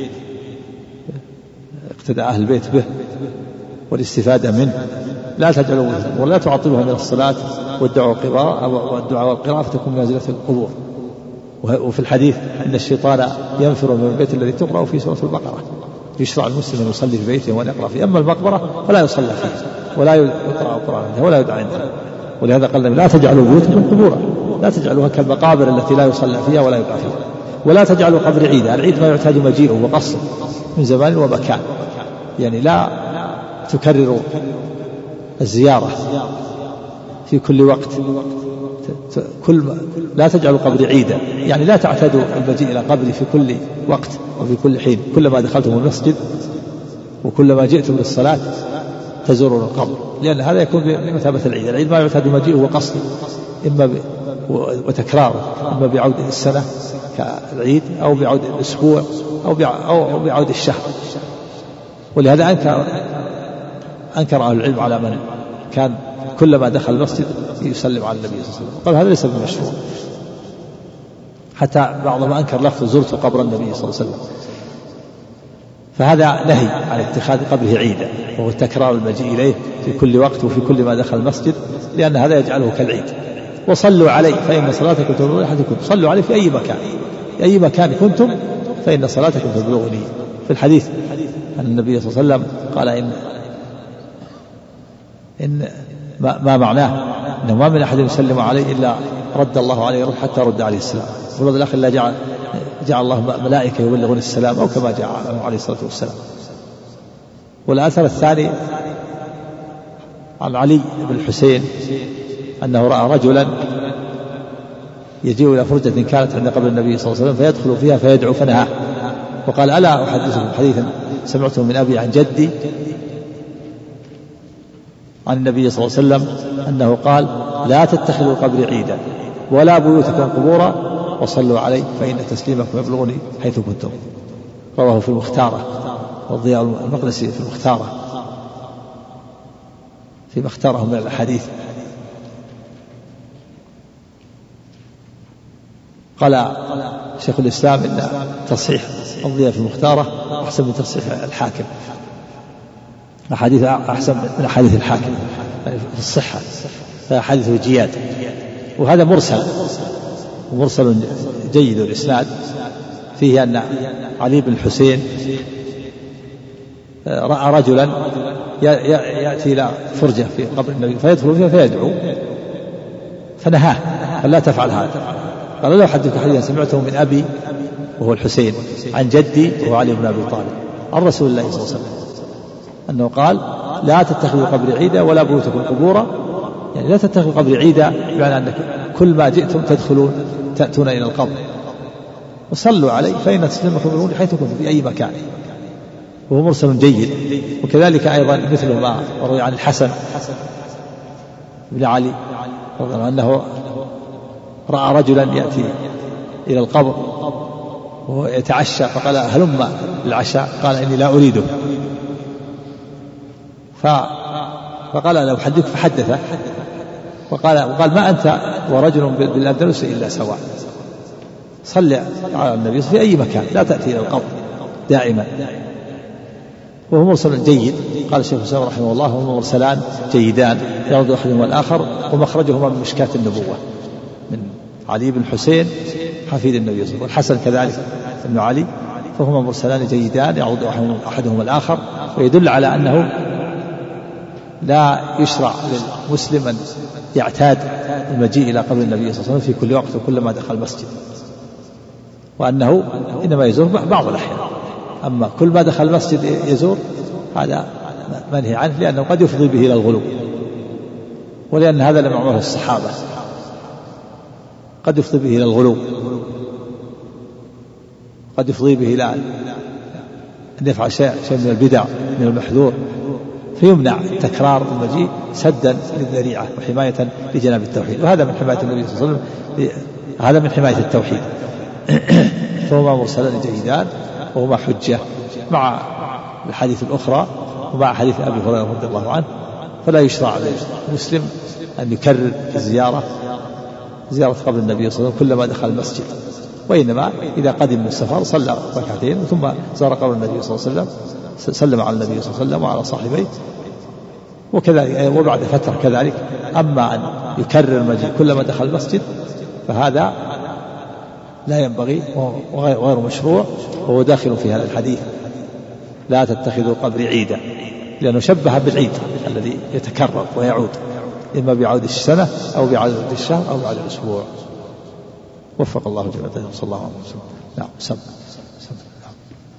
اقتداء أهل البيت به والاستفادة منه. لا تجعلوا ولا تعطلوها من الصلاة والدعاء والقراءة والدعاء والقراءة فتكون منازلة القبور. وفي الحديث إن الشيطان ينفر من البيت الذي تقرأ فيه سورة البقرة، يشرع المسلم أن يصلي في بيته وأن يقرأ فيه، أما المقبرة فلا يصلى فيه ولا يقرأ القرآن ولا يدعى عنده. ولهذا قال لا تجعلوا بيوتكم قبورا، لا تجعلوها كالمقابر التي لا يصلى فيها ولا يدعى فيها. ولا تجعلوا قبر عيدا، العيد ما يعتاد مجيئه وقصه من زمان ومكان، يعني لا تكرروا الزيارة في كل وقت، كل لا تجعلوا قبر عيدا، يعني لا تعتادوا المجيء إلى قبري في كل وقت وفي كل حين، كلما دخلتم المسجد وكلما جئتم للصلاة تزورون القبر، لأن هذا يكون بمثابة العيد. العيد ما يعتاد مجيئه وقصده إما وتكراره، إما بعود السنة كالعيد أو بعود الأسبوع أو بعود الشهر. ولهذا أنكر أنكر أهل العلم على من كان كلما دخل المسجد يسلم على النبي صلى الله عليه وسلم، قال هذا ليس بمشروع. حتى بعضهم أنكر لفظ زرت قبر النبي صلى الله عليه وسلم، فهذا نهي عن اتخاذ قبره عيدا، وهو تكرار المجيء إليه في كل وقت وفي كل ما دخل المسجد، لأن هذا يجعله كالعيد. وصلوا عليه فإن صلاتكم تبلغني أحدكم، صلوا عليه في أي مكان، في أي مكان كنتم فإن صلاتكم تبلغني. في الحديث أن النبي صلى الله عليه وسلم قال إن إن ما, ما معناه أنه ما من أحد يسلم عليه إلا رد الله عليه روح حتى رد عليه السلام، ورد الآخر لا جعل جعل الله ملائكة يبلغون السلام أو كما جاء عليه الصلاة والسلام. والأثر الثاني عن علي بن الحسين أنه رأى رجلا يجيء إلى فرجة كانت عند قبر النبي صلى الله عليه وسلم فيدخل فيها فيدعو فنهاه، وقال ألا أحدثكم حديثا سمعته من أبي عن جدي عن النبي صلى الله عليه وسلم أنه قال لا تتخذوا القبر عيدا ولا بيوتكم قبورا وصلوا علي فإن تسليمكم يبلغني حيث كنتم. رواه في المختارة، والضياء المقدسي في المختارة فيما اختاره من الأحاديث. قال شيخ الإسلام إن تصحيح الضياء في المختارة أحسن من تصحيح الحاكم، أحاديث أحسن من أحاديث الحاكم في الصحة، فحديثه جياد. وهذا مرسل، ومرسل جيد الإسناد، فيه أن علي بن الحسين رأى رجلا يأتي إلى فرجة في قبر النبي فيدخل فيها فيدعو فنهاه قال لا تفعل هذا. قال لا أحدثك حديثا سمعته من أبي وهو الحسين عن جدي وهو علي بن أبي طالب عن رسول الله صلى الله عليه وسلم أنه قال لا تتخذوا قبر عيدا ولا بيوتكم قبورا، يعني لا تتخذوا قبر عيدا بمعنى أنك كل ما جئتم تدخلون تأتون إلى القبر، وصلوا علي فإن تسلمكم يبلغني حيث كنتم في أي مكان. وهو مرسل جيد. وكذلك أيضا مثل ما روي عن الحسن بن علي رضي الله عنه أنه رأى رجلا يأتي إلى القبر وهو يتعشى فقال هلم العشاء، قال إني لا أريده، فقال لا أحدثك فحدثه، وقال, وقال ما أنت ورجل بالأندلس إلا سواء، صل على النبي في أي مكان لا تأتي إلى القبر دائما. وهو مرسل جيد. قال الشيخ الإسلام رحمه الله هما مرسلان جيدان يرد أحدهما الآخر، ومخرجهما من مشكاة النبوة من علي بن حسين حفيد النبي صلى الله عليه وسلم، والحسن كذلك ابن علي، فهما مرسلان جيدان يعود أحدهما الآخر، ويدل على أنه لا يشرع للمسلم أن يعتاد المجيء إلى قبر النبي صلى الله عليه وسلم في كل وقت وكلما دخل المسجد، وأنه إنما يزور بعض الأحيان، أما كل ما دخل المسجد يزور هذا منهي عنه، لأنه قد يفضي به إلى الغلو، ولأن هذا لم يعمله الصحابة، قد يفضي به إلى الغلو. قد يفضي به إلى أن يفعل شيء شيء من البدع من المحذور، فيمنع تكرار المجيء سدا للذريعة وحماية لجناب التوحيد. وهذا من حماية النبي صلى الله عليه وسلم، هذا من حماية التوحيد. فهما مرسلان جيدان وهما حجة مع الحديث الأخرى ومع حديث أبي هريرة رضي الله عنه. فلا يشرع للمسلم أن يكرر الزيارة زيارة قبر النبي صلى الله عليه وسلم كلما دخل المسجد، وإنما إذا قدم من السفر صلى ركعتين ثم زار قبر النبي صلى الله عليه وسلم، سلم على النبي صلى الله عليه وسلم وعلى صاحبيه، وكذلك وبعد فترة كذلك. أما أن يكرر المجيء كلما دخل المسجد فهذا لا ينبغي وغير مشروع، وهو داخل في هذا الحديث لا تتخذوا قبري عيدا، لأنه شبه بالعيد الذي يتكرر ويعود، إما بعود السنة أو بعود الشهر أو بعود الأسبوع. وفق الله جميعا صلى الله عليه وسلم. نعم. سم. سم. نعم.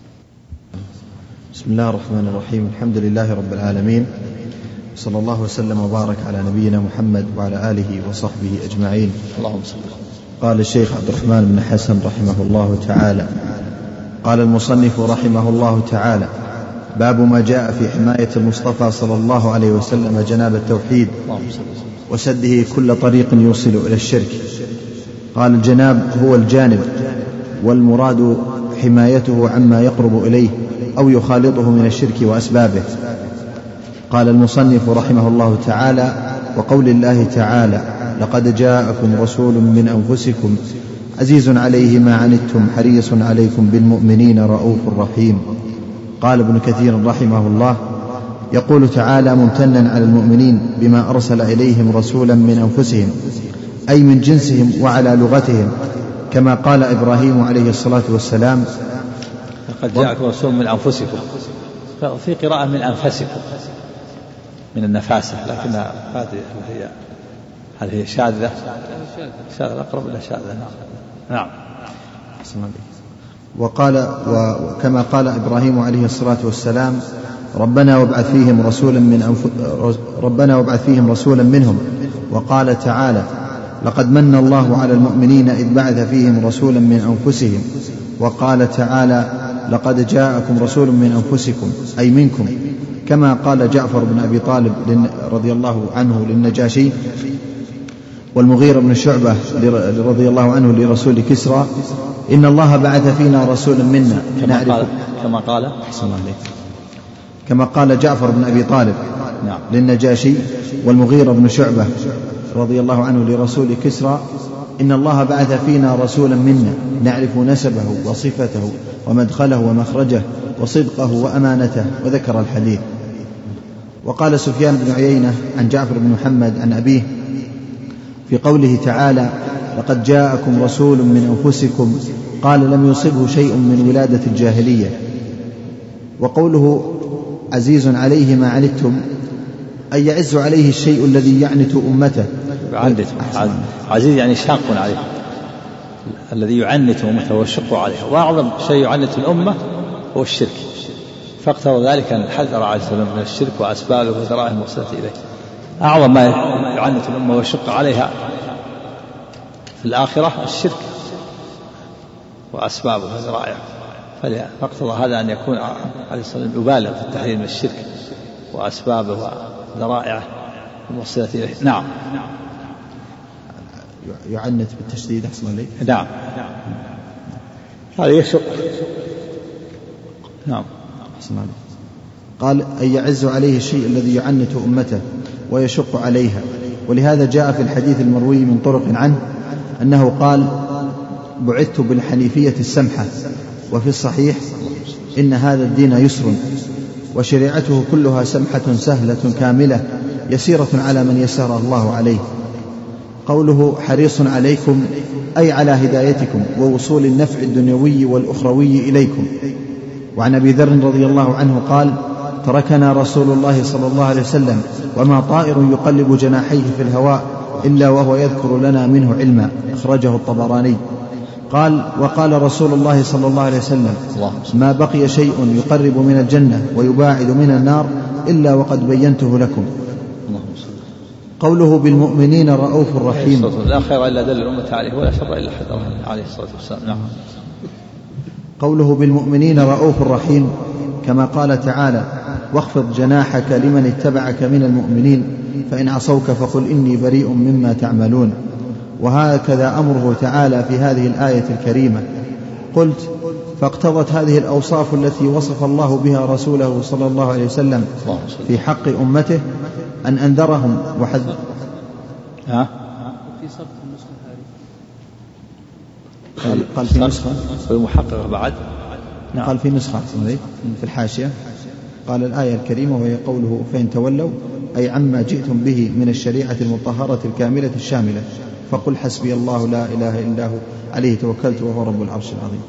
بسم الله الرحمن الرحيم. الحمد لله رب العالمين، صلى الله وسلم وبارك على نبينا محمد وعلى آله وصحبه أجمعين. اللهم صل. قال الشيخ عبد الرحمن بن حسن رحمه الله تعالى: قال المصنف رحمه الله تعالى: باب ما جاء في حماية المصطفى صلى الله عليه وسلم جناب التوحيد وسده كل طريق يوصل إلى الشرك. قال: الجناب هو الجانب، والمراد حمايته عما يقرب إليه أو يخالطه من الشرك وأسبابه. قال المصنف رحمه الله تعالى: وقول الله تعالى: لقد جاءكم رسول من أنفسكم عزيز عليه ما عنتم حريص عليكم بالمؤمنين رؤوف رحيم. قال ابن كثير رحمه الله: يقول تعالى ممتنا على المؤمنين بما أرسل إليهم رسولا من أنفسهم، أي من جنسهم وعلى لغتهم، كما قال إبراهيم عليه الصلاة والسلام: لقد جاءكم رسول من أنفسكم. في قراءة من أنفسكم من النفاسة، لكن هذه هي هل هي شاذة؟ شاذة أقرب إلى شاذة. نعم. وقال وكما قال إبراهيم عليه الصلاة والسلام: ربنا وابعث فيهم رسولا من أنف... ربنا وابعث فيهم رسولا منهم. وقال تعالى: لقد من الله على المؤمنين إذ بعث فيهم رسولا من أنفسهم. وقال تعالى: لقد جاءكم رسول من أنفسكم، أي منكم، كما قال جعفر بن أبي طالب رضي الله عنه للنجاشي، والمغيرة بن شعبة رضي الله عنه لرسول كسرى: إن الله بعث فينا رسولا منا كما قال كما قال كما قال جعفر بن أبي طالب نعم. للنجاشي والمغيرة بن شعبة رضي الله عنه لرسول كسرى: إن الله بعث فينا رسولا منا نعرف نسبه وصفته ومدخله ومخرجه وصدقه وأمانته، وذكر الحديث. وقال سفيان بن عيينة عن جعفر بن محمد عن أبيه في قوله تعالى: لقد جاءكم رسول من أنفسكم، قال: لم يصبه شيء من ولادة الجاهلية. وقوله: عزيز عليه ما عنتم، أي يعز عليه الشيء الذي يعنت أمته. عزيز يعني شاق عليه، الذي يعنت أمته ويشق عليها، وأعظم شيء يعنت الأمة هو الشرك، فاقتضى ذلك أن حذر عليه السلام من الشرك وأسبابه وذرائه الموصلة إليه. أعظم ما يعنت الأمة ويشق عليها في الآخرة الشرك وأسبابه وذرائه، فاقتضى هذا أن يكون عليه السلام يبالغ في التحذير من الشرك وأسبابه وذرائعه الموصلة إليه. نعم. يعنت بالتشديد أحسن عليك. نعم. هذا يشق. نعم. أحسن عليك. قال: أي يعز عليه الشيء الذي يعنت أمته ويشق عليها. ولهذا جاء في الحديث المروي من طرق عنه أنه قال: بعثت بالحنيفية السمحة. وفي الصحيح: إن هذا الدين يسر، وشريعته كلها سمحة سهلة كاملة يسيرة على من يسر الله عليه. قوله: حريص عليكم، أي على هدايتكم ووصول النفع الدنيوي والأخروي إليكم. وعن أبي ذر رضي الله عنه قال: تركنا رسول الله صلى الله عليه وسلم وما طائر يقلب جناحيه في الهواء إلا وهو يذكر لنا منه علما. أخرجه الطبراني. قال: وقال رسول الله صلى الله عليه وسلم: ما بقي شيء يقرب من الجنة ويباعد من النار إلا وقد بينته لكم. قوله: بالمؤمنين رؤوف رحيم. لا خير إلا دل الأمة عليه ولا شر إلا حذرها عليه الصلاة والسلام. نعم. قوله بالمؤمنين رؤوف رحيم كما قال تعالى واخفض جناحك لمن اتبعك من المؤمنين فإن عصوك فقل إني بريء مما تعملون. وهكذا أمره تعالى في هذه الآية الكريمة. قلت فاقتضت هذه الأوصاف التي وصف الله بها رسوله صلى الله عليه وسلم في حق أمته أن أنذرهم وحذر ها؟ في صف النسخة هذه قال, قال في نسخة المحققة بعد نعم. قال في نسخة في الحاشية قال الآية الكريمة وهي قوله فإن تولوا أي عما جئتم به من الشريعة المطهرة الكاملة الشاملة فقل حسبي الله لا إله إلا هو عليه توكلت وهو رب العرش العظيم.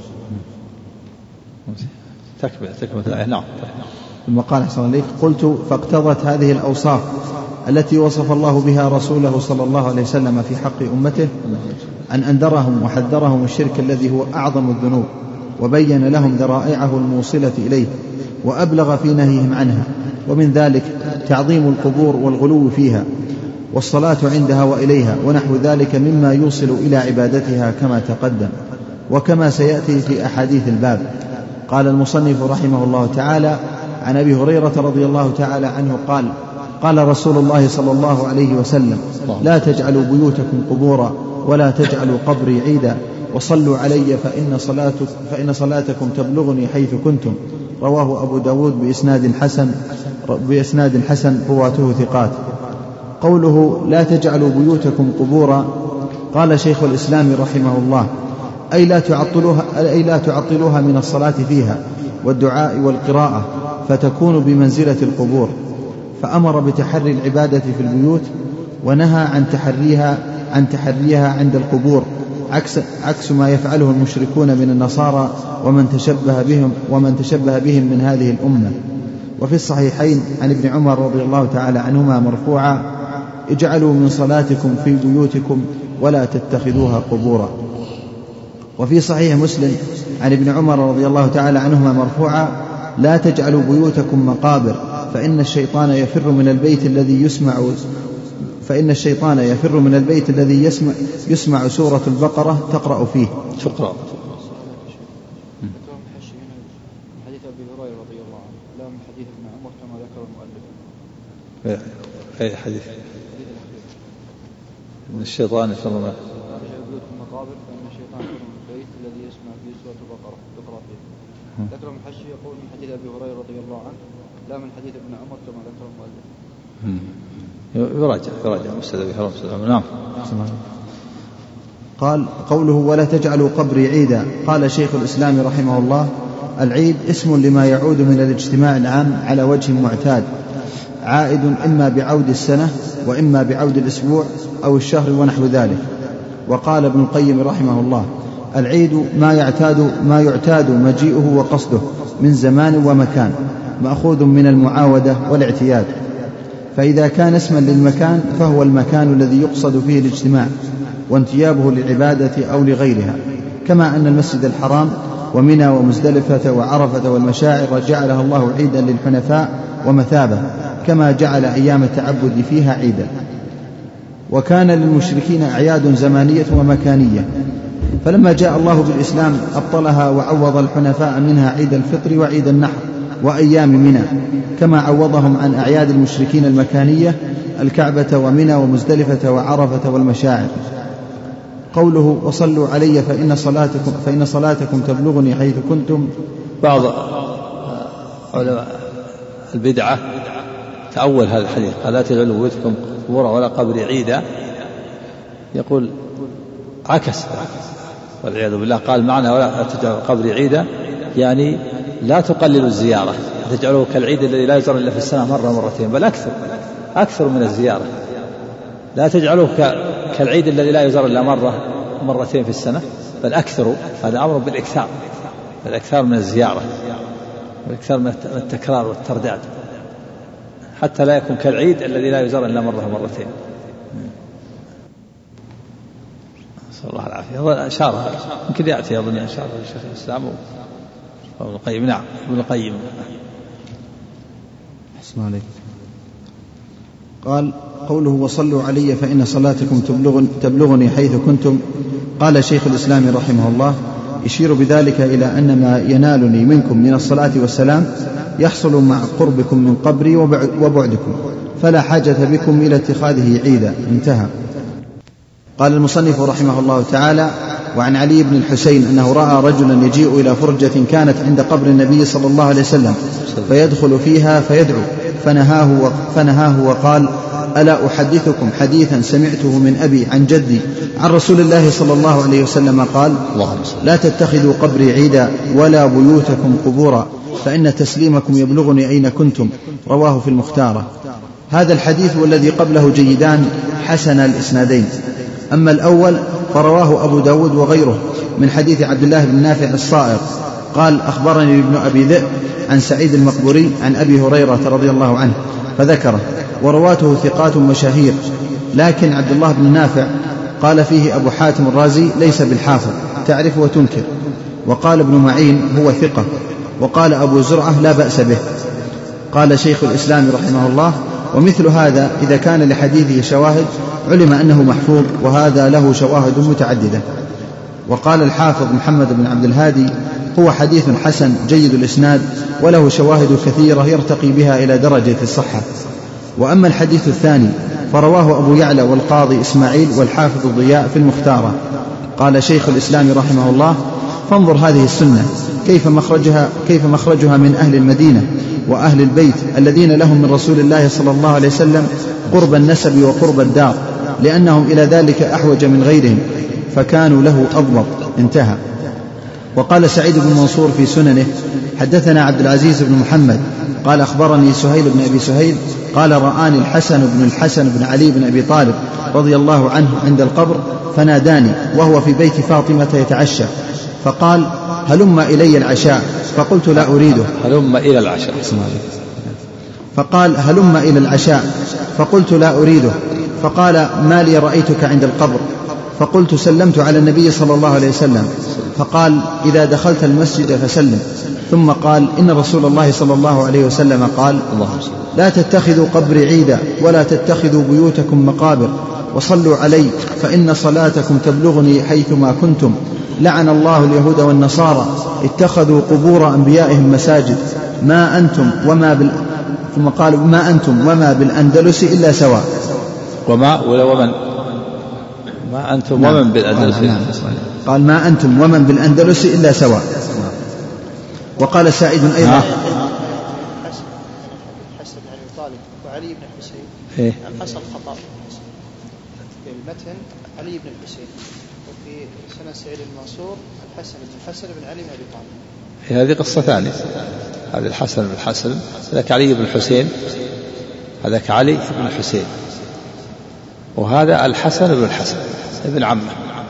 تكمل تكمل الآية. نعم. ثم قال أحسن عليك قلت فاقتضت هذه الأوصاف التي وصف الله بها رسوله صلى الله عليه وسلم في حق أمته أن أنذرهم وحذرهم الشرك الذي هو أعظم الذنوب وبين لهم ذرائعه الموصلة إليه وأبلغ في نهيهم عنها، ومن ذلك تعظيم القبور والغلو فيها والصلاة عندها وإليها ونحو ذلك مما يوصل إلى عبادتها كما تقدم وكما سيأتي في أحاديث الباب. قال المصنف رحمه الله تعالى عن أبي هريرة رضي الله تعالى عنه قال قال رسول الله صلى الله عليه وسلم لا تجعلوا بيوتكم قبورا ولا تجعلوا قبري عيدا وصلوا علي فإن, فإن صلاتكم تبلغني حيث كنتم. رواه أبو داود بإسناد حسن, بإسناد حسن رواته ثقات. قوله لا تجعلوا بيوتكم قبورا قال شيخ الإسلام رحمه الله أي لا تعطلوها, أي لا تعطلوها من الصلاة فيها والدعاء والقراءة فتكون بمنزلة القبور، فأمر بتحري العبادة في البيوت ونهى عن تحريها عن تحريها عند القبور عكس, عكس ما يفعله المشركون من النصارى ومن تشبه بهم ومن تشبه بهم من هذه الأمة. وفي الصحيحين عن ابن عمر رضي الله تعالى عنهما مرفوعا اجعلوا من صلاتكم في بيوتكم ولا تتخذوها قبورا. وفي صحيح مسلم عن ابن عمر رضي الله تعالى عنهما مرفوعا لا تجعلوا بيوتكم مقابر فإن الشيطان يفر من البيت الذي يسمع فإن الشيطان يفر من البيت الذي يسمع, يسمع سورة البقرة تقرأ فيه. شكرا. حديث أبي هريرة رضي الله عنه لا من حديث ابن عمر كما ذكر المؤلف. أي حديث؟ من الشيطان يفر من بيوت المقابر فإن الشيطان يفر من البيت الذي يسمع فيه سورة البقرة تقرأ فيه. ذكر من حشي يقول من حديث أبي هريرة رضي الله عنه لا من حديث ابن عمر كما ذكر المؤلف. يراجع يراجع مستدى بحرم سلام. نعم. قال قوله ولا تجعلوا قبري عيدا قال شيخ الإسلام رحمه الله العيد اسم لما يعود من الاجتماع العام على وجه معتاد عائد إما بعود السنة وإما بعود الأسبوع أو الشهر ونحو ذلك. وقال ابن القيم رحمه الله العيد ما يعتاد ما يعتاد مجيئه وقصده من زمان ومكان مأخوذ من المعاودة والاعتياد، فإذا كان اسما للمكان فهو المكان الذي يقصد فيه الاجتماع وانتيابه للعبادة أو لغيرها، كما أن المسجد الحرام ومنى ومزدلفة وعرفة والمشاعر جعلها الله عيدا للحنفاء ومثابة كما جعل أيام التعبد فيها عيدا. وكان للمشركين أعياد زمانية ومكانية، فلما جاء الله بالإسلام أبطلها وعوض الحنفاء منها عيد الفطر وعيد النحر وأيام منى، كما عوضهم عن أعياد المشركين المكانية الكعبة ومنى ومزدلفة وعرفة والمشاعر. قوله وصلوا علي فإن صلاتكم, فإن صلاتكم تبلغني حيث كنتم. بعض علماء البدعة تأول هذا الحديث قال لا تجعلوا بيوتكم قبورا ولا قبري عيدا، يقول عكس والعياذ بالله، قال معنى ولا تجعلوا قبري عيدا يعني لا تقللوا الزيارة تجعلوه كالعيد الذي لا يزار إلا في السنة مرة مرتين، بل أكثر أكثر من الزيارة، لا تجعلوه كالعيد الذي لا يزار إلا مرة مرتين في السنة بل أكثروا. هذا أمر بالإكثار، بالإكثار من الزيارة والإكثار من التكرار والترداد حتى لا يكون كالعيد الذي لا يزار إلا مرة مرتين. نسأل الله العافية. هذا إشارة يمكن يأتي أظن إشارة الشيخ الإسلام ابن القيم. نعم ابن القيم. اسمع عليك. قال قوله وصلوا علي فإن صلاتكم تبلغني حيث كنتم. قال شيخ الإسلام رحمه الله يشير بذلك إلى أن ما ينالني منكم من الصلاة والسلام يحصل مع قربكم من قبري وبعدكم، فلا حاجة بكم إلى اتخاذه عيدا. انتهى. قال المصنف رحمه الله تعالى: وعن علي بن الحسين أنه رأى رجلا يجيء إلى فرجة كانت عند قبر النبي صلى الله عليه وسلم فيدخل فيها فيدعو، فنهاه, فنهاه وقال: ألا أحدثكم حديثا سمعته من أبي عن جدي عن رسول الله صلى الله عليه وسلم قال: لا تتخذوا قبري عيدا ولا بيوتكم قبورا، فإن تسليمكم يبلغني أين كنتم. رواه في المختارة. هذا الحديث والذي قبله جيدان حسن الإسنادين. أما الأول فرواه أبو داود وغيره من حديث عبد الله بن نافع الصائغ قال: أخبرني ابن أبي ذئب عن سعيد المقبوري عن أبي هريرة رضي الله عنه فذكره، ورواته ثقات مشاهير، لكن عبد الله بن نافع قال فيه أبو حاتم الرازي: ليس بالحافظ، تعرف وتنكر. وقال ابن معين: هو ثقة. وقال أبو زرعة: لا بأس به. قال شيخ الإسلام رحمه الله: ومثل هذا إذا كان لحديثه شواهد علم أنه محفوظ، وهذا له شواهد متعددة. وقال الحافظ محمد بن عبد الهادي: هو حديث حسن جيد الإسناد وله شواهد كثيرة يرتقي بها إلى درجة الصحة. وأما الحديث الثاني فرواه أبو يعلى والقاضي إسماعيل والحافظ الضياء في المختارة. قال شيخ الإسلام رحمه الله: فانظر هذه السنة كيف مخرجها, كيف مخرجها من أهل المدينة وأهل البيت الذين لهم من رسول الله صلى الله عليه وسلم قرب النسب وقرب الدار، لأنهم إلى ذلك أحوج من غيرهم، فكانوا له أضبط. انتهى. وقال سعيد بن منصور في سننه: حدثنا عبد العزيز بن محمد قال أخبرني سهيل بن أبي سهيل قال: رآني الحسن بن الحسن بن علي بن أبي طالب رضي الله عنه عند القبر فناداني وهو في بيت فاطمة يتعشى، فقال: هلم إلي العشاء، فقلت: لا أريده. هلم إلى العشاء. فقال: هلم إلى العشاء، فقلت: لا أريده. فقال: ما لي رأيتك عند القبر؟ فقلت: سلمت على النبي صلى الله عليه وسلم. فقال: إذا دخلت المسجد فسلم. ثم قال: إن رسول الله صلى الله عليه وسلم قال: لا تتخذوا قبري عيدا ولا تتخذوا بيوتكم مقابر، وصلوا علي فإن صلاتكم تبلغني حيثما كنتم. لعن الله اليهود والنصارى اتخذوا قبور أنبيائهم مساجد، ما أنتم وما بال... ثم قال: ما أنتم وما بالأندلس إلا سواء. وما ومن ما أنتم نعم. ومن بالأندلس قال, نعم. قال: ما أنتم ومن بالأندلس إلا سواء. وقال سعيد أيضا: الحسن بن أبي طالب وعلي بن الحسين. إيه؟ الحسن خطأ في المتن علي بن الحسين، وفي سنة سعيد المنصور الحسن بن الحسن بن علي بن أبي طالب. هذه قصة ثانية. هذا الحسن بن الحسن، ذاك علي بن الحسين، هذاك علي بن الحسين، وهذا الحسن بن الحسن ابن عمه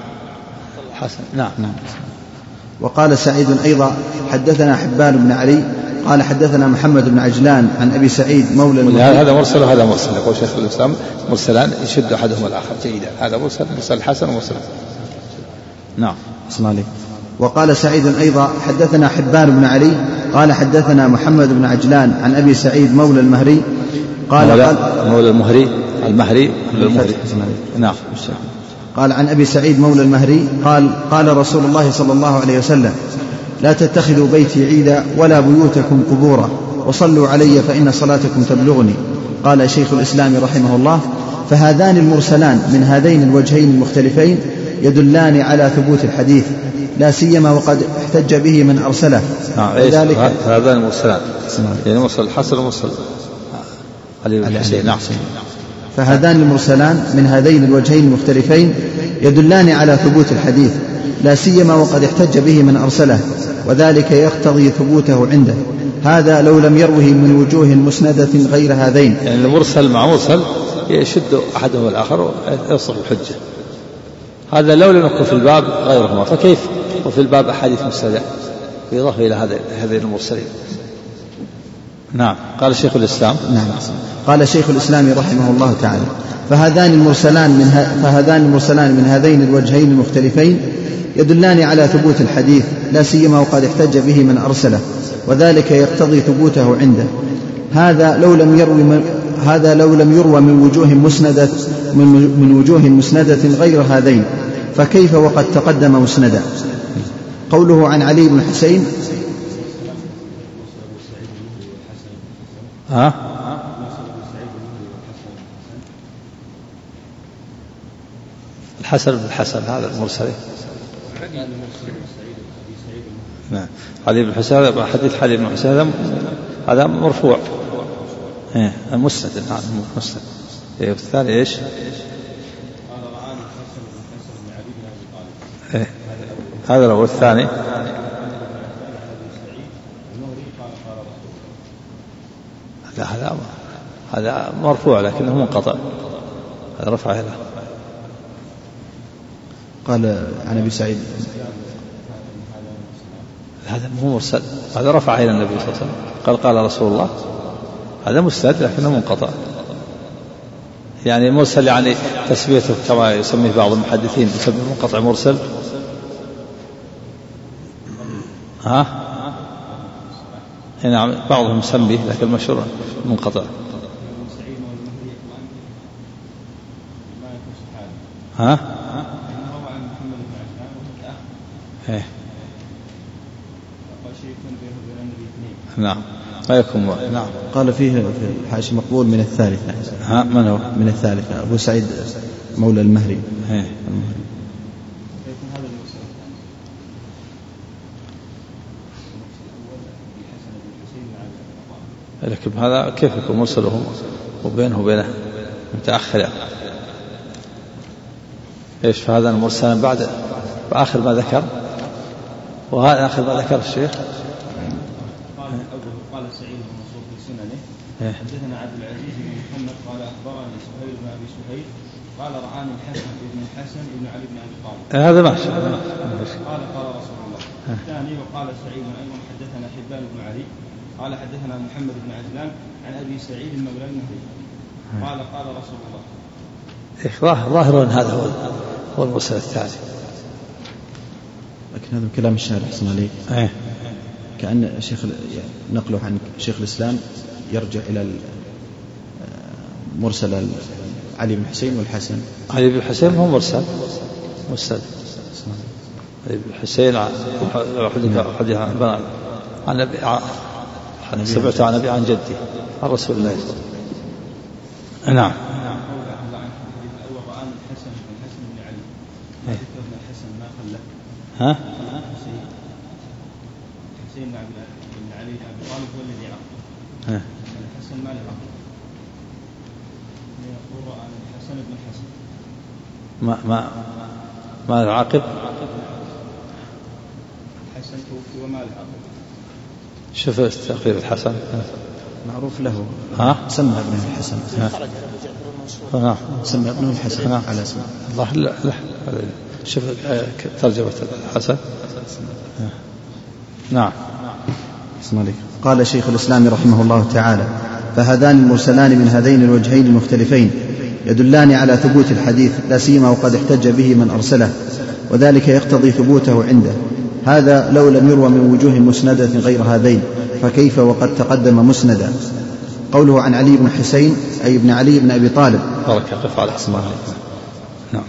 حسن. نعم نعم. وقال سعيد أيضا: حدثنا حبان بن علي قال: حدثنا محمد بن عجلان عن أبي سعيد مولى. هذا مرسل وهذا مرسل، يقول شيخ الإسلام: مرسلان يشد أحدهما الآخر جيدا. هذا مرسل، مرسل الحسن ومرسل. نعم. أصلا عليك. وقال سعيد أيضا: حدثنا حبان بن علي قال: حدثنا محمد بن عجلان عن أبي سعيد مولى المهري قال: مولى, مولى المهري المهري المهري. نعم. قال: عن أبي سعيد مولى المهري قال: قال رسول الله صلى الله عليه وسلم: لا تتخذوا بيتي عيدا ولا بيوتكم قبورا، وصلوا علي فإن صلاتكم تبلغني. قال شيخ الإسلام رحمه الله: فهذان المرسلان من هذين الوجهين المختلفين يدلان على ثبوت الحديث، لا سيما وقد احتج به من أرسله. وذلك هذان المرسلان يعني مرسل الحسن ومرسل علي بن الحسين. نعم. فهذان المرسلان من هذين الوجهين المختلفين يدلان على ثبوت الحديث، لا سيما وقد احتج به من أرسله، وذلك يقتضي ثبوته عنده. هذا لو لم يروه من وجوه مسندة غير هذين. يعني المرسل مع مرسل يشد أحدهم الآخر ويصف الحجة. هذا لو لم يكن في الباب غيرهما، فكيف وفي الباب أحاديث مسندة بإضافة إلى هذين المرسلين؟ نعم. قال شيخ الإسلام. نعم. قال شيخ الإسلام رحمه الله تعالى: فهذان المرسلان من ه... فهذان المرسلان من هذين الوجهين المختلفين يدلان على ثبوت الحديث، لا سيما وقد احتج به من أرسله، وذلك يقتضي ثبوته عنده. هذا لو لم يروي من... هذا لو لم يروى من وجوه مسندة من... من وجوه مسندة غير هذين، فكيف وقد تقدم مسندا؟ قوله عن علي بن الحسين ها الحسن بن الحسن هذا المرسل. نعم علي بن الحسين حديث علي بن الحسين هذا مرفوع ايه مسند. نعم مسند. ايه والثاني ايش؟ ايه هذا هو الثاني. لا هذا هذا مرفوع لكنه منقطع. هذا رفع له. قال عن ابي سعيد هذا مو مرسل. هذا رفع إلى النبي صلى الله عليه وسلم قال قال رسول الله. هذا مسند لكنه منقطع. يعني مرسل يعني تسميته كما يسميه بعض المحدثين يسميه منقطع مرسل. ها نعم بعضهم يسميه لكن المشهور منقطع. ها ايه نعم ما يكون نعم. قال فيه في الحاشية مقبول من الثالثة. ها من هو؟ من الثالثة أبو سعيد مولى المهري. ايه لكن هذا كيف يكون مرسله وبينه وبينه متأخر يعني. ايش فهذا المرسل بعد بآخر ما ذكر وهذا آخر ما ذكر الشيخ. قال سعيد بن منصور في سننه حدثنا عبد العزيز بن محمد قال أخبرني سهيل بن أبي سهيل قال رآني الحسن بن الحسن بن علي بن أبي طالب. هذا ماشي. قال قال رسول الله. الثاني وقال سعيد أيضا حدثنا حبان بن علي قال حدثنا محمد بن عجلان عن أبي سعيد المولى المهري قال قال رسول الله. ظاهر أن هذا هو هو المرسل الثاني. لكن هذا كلام الشارع أحسن عليه. ايه كأن شيخ نقله عن شيخ الإسلام يرجع إلى مرسل علي بن الحسين والحسن. علي بن الحسين هو مرسل مرسل. علي بن الحسين عن عن أبي عن سمعت عن أبي عن جدي عن رسول الله صلى الله عليه وسلم. نعم. ها حسين بن علي بن أبي طالب هو الذي عقب. الحسن ما له عقب. يقول رأى الحسن بن الحسن. ما ما ما له عقب. الحسن توفي وما له عقب. شوف تقرير الحسن معروف له. ها سمى ابنه الحسن. ها سمى ابنه الحسن على اسمه. الله لا لا شوف ترجمة الحسن. نعم. قال شيخ الإسلام رحمه الله تعالى فهذان المرسلان من هذين الوجهين المختلفين يدلان على ثبوت الحديث لا سيما وقد احتج به من أرسله وذلك يقتضي ثبوته عنده. هذا لو لم يروى من وجوه مسندة غير هذين فكيف وقد تقدم مسندا. قوله عن علي بن حسين أي ابن علي بن أبي طالب. بارك قف على حسن. نعم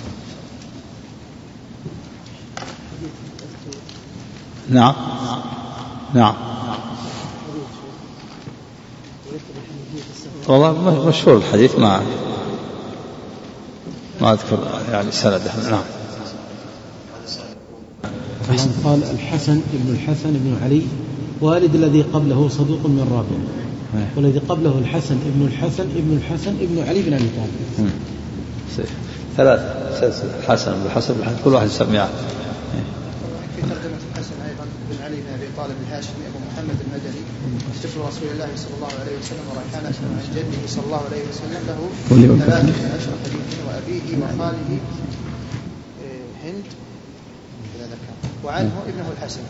نعم نعم والله مشهور الحديث ما ما أذكر يعني سنده. نعم. قال الحسن ابن الحسن ابن علي والد الذي قبله صدوق من رابع والذي قبله الحسن ابن الحسن ابن الحسن ابن علي بن أبي طالب. ثلاث سلسلة الحسن والحسن كل واحد يسميها. في ترجمة الحسن أيضا بن علي بن أبي طالب الهاشمي أبو محمد المدني طفل رسول الله صلى الله عليه وسلم وريحانة عن جده صلى الله عليه وسلم له ثلاث من عشر حديث وأبيه وخاله هند إذا ذكر وعنه ابنه الحسن.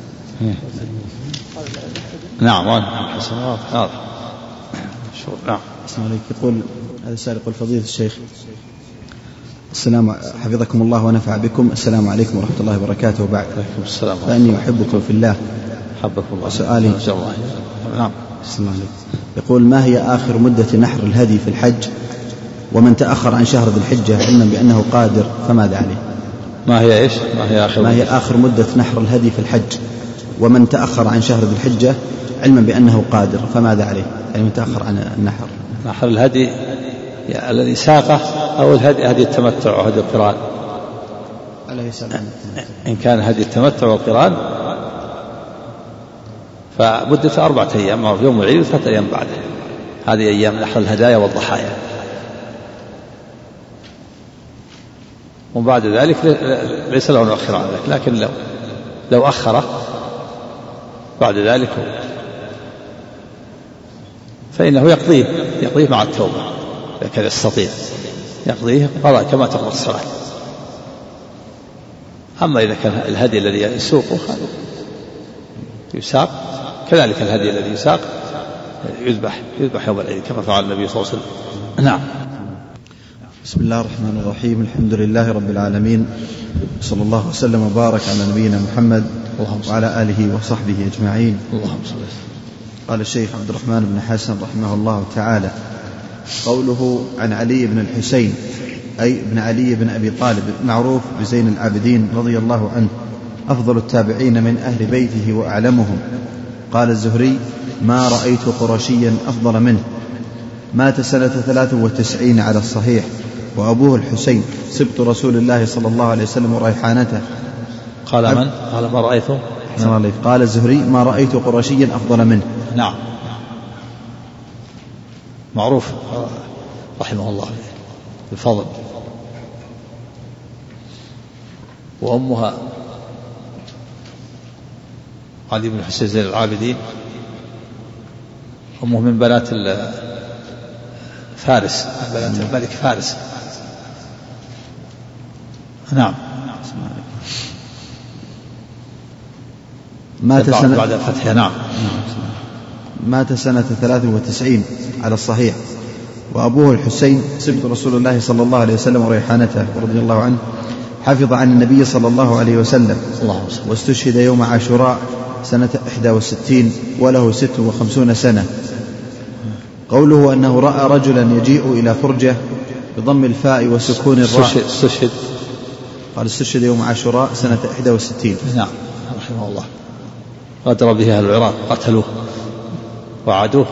نعم وعنه الحسن واضح. نعم. اسمع عليك يقول هذا السائل يقول فضيلة الشيخ السلام حفظكم الله ونفع بكم. السلام عليكم ورحمة الله وبركاته. وبعد السلام فإني أحبكم في الله. حبكم الله. سؤالي نعم. يقول ما هي آخر مدة نحر الهدي في الحج ومن تأخر عن شهر ذي الحجة علما بأنه قادر فماذا عليه؟ ما هي إيش ما هي آخر ما هي آخر مدة نحر الهدي في الحج، ومن تأخر عن شهر ذي الحجة علما بأنه قادر فماذا عليه؟ يعني من تأخر عن النحر. نحر الهدي الذي ساقه أو الهدي هدي التمتع أو هدي القران. إن كان هدي التمتع والقران فمدة أربعة أيام، يوم العيد وثلاثة أيام بعده، هذه أيام نحر الهدايا والضحايا. وبعد ذلك ليس له نؤخر عن ذلك، لكن لو لو أخره بعد ذلك فإنه يقضيه يقضيه مع التوبة إذا كان يستطيع، يقضيه قضاء كما تقضى الصلاة. أما إذا كان الهدي الذي يسوقه يساق كذلك الهدي الذي يساق يذبح يذبح يوم العيد كما فعل النبي صلى الله عليه وسلم. نعم. بسم الله الرحمن الرحيم، الحمد لله رب العالمين، صلى الله وسلم وبارك على نبينا محمد وعلى آله وصحبه أجمعين. قال الشيخ عبد الرحمن بن حسن رحمه الله تعالى: قوله عن علي بن الحسين أي ابن علي بن أبي طالب معروف بزين العابدين رضي الله عنه، أفضل التابعين من أهل بيته وأعلمهم. قال الزهري: ما رأيت قرشيا أفضل منه. مات سنة ثلاث وتسعين على الصحيح، وأبوه الحسين سبط رسول الله صلى الله عليه وسلم وريحانته. قال من؟ قال ما رأيته. قال الزهري: ما رأيت قرشيا أفضل منه. نعم، معروف رحمه الله بالفضل. وأمها علي بن الحسين زين العابدين، أمه من بنات فارس، بنات الملك فارس. نعم. مات سنة بعد فتحها. نعم. مات سنة ثلاث وتسعين على الصحيح، وأبوه الحسين سبط رسول الله صلى الله عليه وسلم وريحانته رضي الله عنه، حفظ عن النبي صلى الله عليه وسلم، واستشهد يوم عاشوراء سنة إحدى وستين وله ست وخمسون سنة. قوله أنه رأى رجلا يجيء إلى فرجة بضم الفاء وسكون الراء. استشهد قال استشهد يوم عاشوراء سنة إحدى وستين. نعم رحمه الله. غدر به أهل العراق قتلوه وعادوه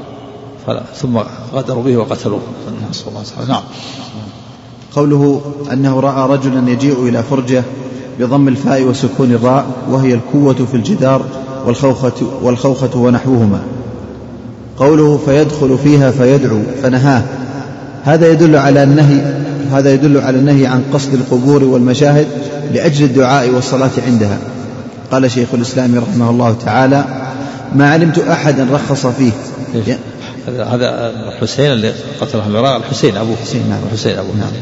ثم غدروا به وقتلوه. نعم. قوله أنه رأى رجلا يجيء إلى فرجة بضم الفاء وسكون الراء، وهي الكوة في الجدار والخوخة, والخوخة ونحوهما. قوله فيدخل فيها فيدعو فنهاه، هذا يدل على النهي هذا يدل على النهي عن قصد القبور والمشاهد لأجل الدعاء والصلاة عندها. قال شيخ الإسلام رحمه الله تعالى: ما علمت أحدا رخص فيه. هذا الحسين اللي قتله العراق، الحسين أبوه. حسين. نعم. الحسين أبوه. نعم.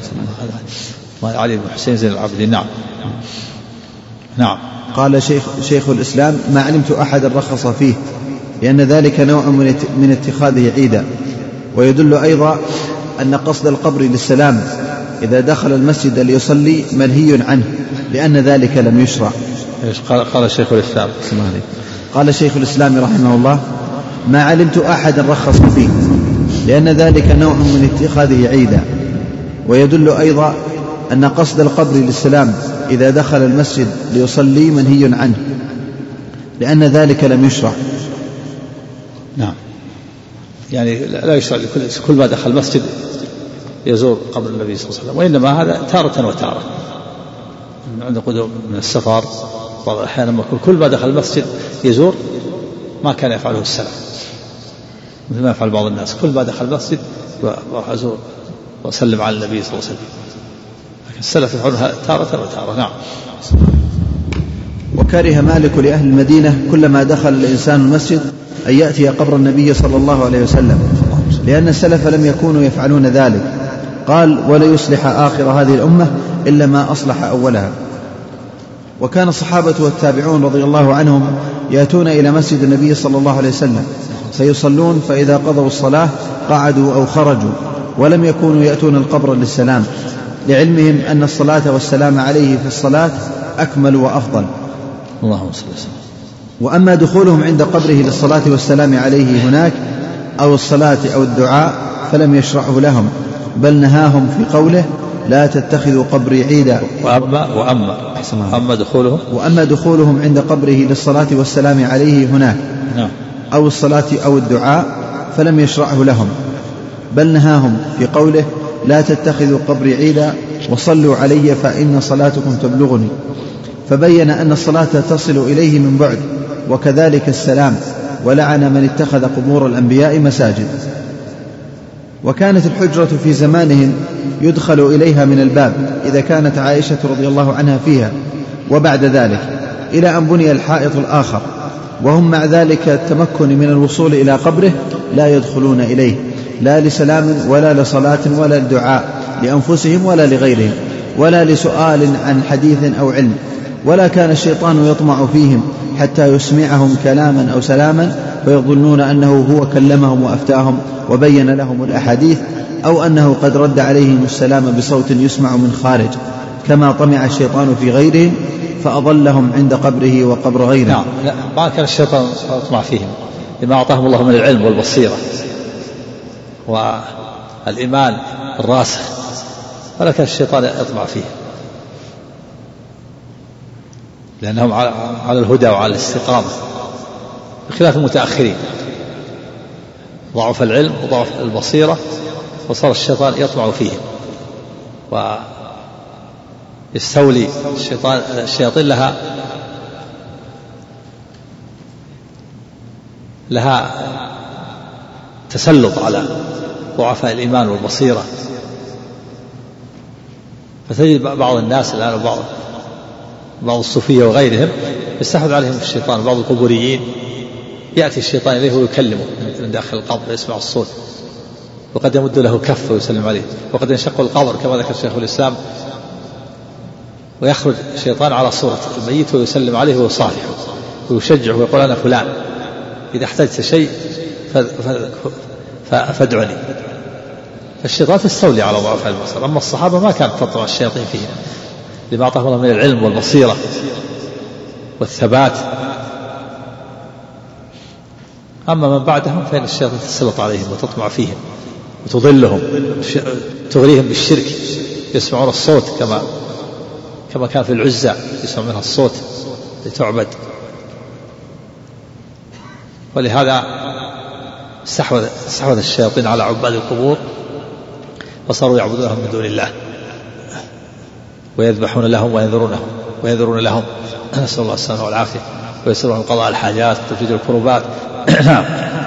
علي بن حسين زين العابدين. نعم. نعم. قال شيخ, شيخ الإسلام: ما علمت أحدا رخص فيه، لأن ذلك نوع من اتخاذه عيدا. ويدل أيضا أن قصد القبر للسلام إذا دخل المسجد ليصلي منهي عنه، لأن ذلك لم يشرع. قال, قال شيخ الإسلام قال شيخ الإسلام رحمه الله: ما علمت أحدا رخص فيه، لأن ذلك نوع من اتخاذه عيدا. ويدل أيضا أن قصد القبر للسلام إذا دخل المسجد ليصلي منهي عنه، لأن ذلك لم يشرع. نعم. يعني لا يشرع لكل كل ما دخل المسجد يزور قبر النبي صلى الله عليه وسلم، وإنما هذا تارة وتارة عند قدوم من السفر. بعض الأحيان لما كل ما دخل المسجد يزور ما كان يفعله السلف، مثل ما يفعل بعض الناس، كل ما دخل المسجد وراح أزور وأسلم على النبي صلى الله عليه وسلم. لكن السلف يفعلها تارة وتارة. نعم. وكره مالك لأهل المدينة كلما دخل الإنسان المسجد أن يأتي قبر النبي صلى الله عليه وسلم، لأن السلف لم يكونوا يفعلون ذلك. قال: ولا يصلح آخر هذه الأمة إلا ما أصلح أولها. وكان الصحابة والتابعون رضي الله عنهم يأتون إلى مسجد النبي صلى الله عليه وسلم فيصلون، فإذا قضوا الصلاة قعدوا أو خرجوا، ولم يكونوا يأتون القبر للسلام، لعلمهم أن الصلاة والسلام عليه في الصلاة أكمل وأفضل. اللهم صل وسلم. وأما دخولهم عند قبره للصلاة والسلام عليه هناك أو الصلاة أو الدعاء فلم يشرعه لهم، بل نهاهم في قوله: لا تتخذوا قبري عيدا. وأما, وأما, أما دخولهم وأما دخولهم عند قبره للصلاة والسلام عليه هناك أو الصلاة أو الدعاء فلم يشرعه لهم، بل نهاهم في قوله لا تتخذوا قبري عيدا وصلوا علي فإن صلاتكم تبلغني، فبين أن الصلاة تصل إليه من بعد، وكذلك السلام، ولعن من اتخذ قبور الأنبياء مساجد. وكانت الحجرة في زمانهم يدخل إليها من الباب إذا كانت عائشة رضي الله عنها فيها، وبعد ذلك إلى أن بني الحائط الآخر، وهم مع ذلك التمكن من الوصول إلى قبره لا يدخلون إليه، لا لسلام ولا لصلاة ولا لدعاء لأنفسهم ولا لغيرهم، ولا لسؤال عن حديث أو علم، ولا كان الشيطان يطمع فيهم حتى يسمعهم كلاما أو سلاما فيظنون أنه هو كلمهم وأفتاهم وبين لهم الأحاديث، أو أنه قد رد عليهم السلام بصوت يسمع من خارج، كما طمع الشيطان في غيرهم فأضلهم عند قبره وقبر غيره. نعم، ما كان الشيطان يطمع فيهم لما أعطاهم الله من العلم والبصيرة والإيمان الراسخ، ولا كان الشيطان يطمع فيهم لأنهم على الهدى وعلى الاستقامة، بخلاف المتأخرين ضعف العلم وضعف البصيرة وصار الشيطان يطمع فيهم ويستولي الشيطان. الشياطين لها لها تسلط على ضعفاء الإيمان والبصيرة، فتجد بعض الناس الآن وبعض بعض الصوفية وغيرهم يستحوذ عليهم الشيطان. بعض القبوريين يأتي الشيطان إليه ويكلمه من داخل القبر، يسمع الصوت، وقد يمد له كف ويسلم عليه، وقد ينشق القبر كما ذكر شيخ الإسلام، ويخرج الشيطان على صورة الميت ويسلم عليه ويصافحه ويشجعه ويقول أنا فلان، إذا احتجت شيء فادعني. فالشيطان تستولي على ضعف البصر. أما الصحابة ما كانت تطمع الشياطين فيهم لما أعطاهم الله من العلم والبصيرة والثبات. أما من بعدهم فإن الشياطين تسلط عليهم وتطمع فيهم وتضلهم، تغريهم بالشرك، يسمعون الصوت كما كما كان في العزة يسمع منها الصوت لتعبد. ولهذا استحوذ استحوذ الشياطين على عباد القبور وصاروا يعبدونهم من دون الله ويذبحون لهم وينذرونهم وينذرون لهم، نسأل الله السلامة والعافية، ويسرون قضاء الحاجات وتفريج الكروبات. نعم.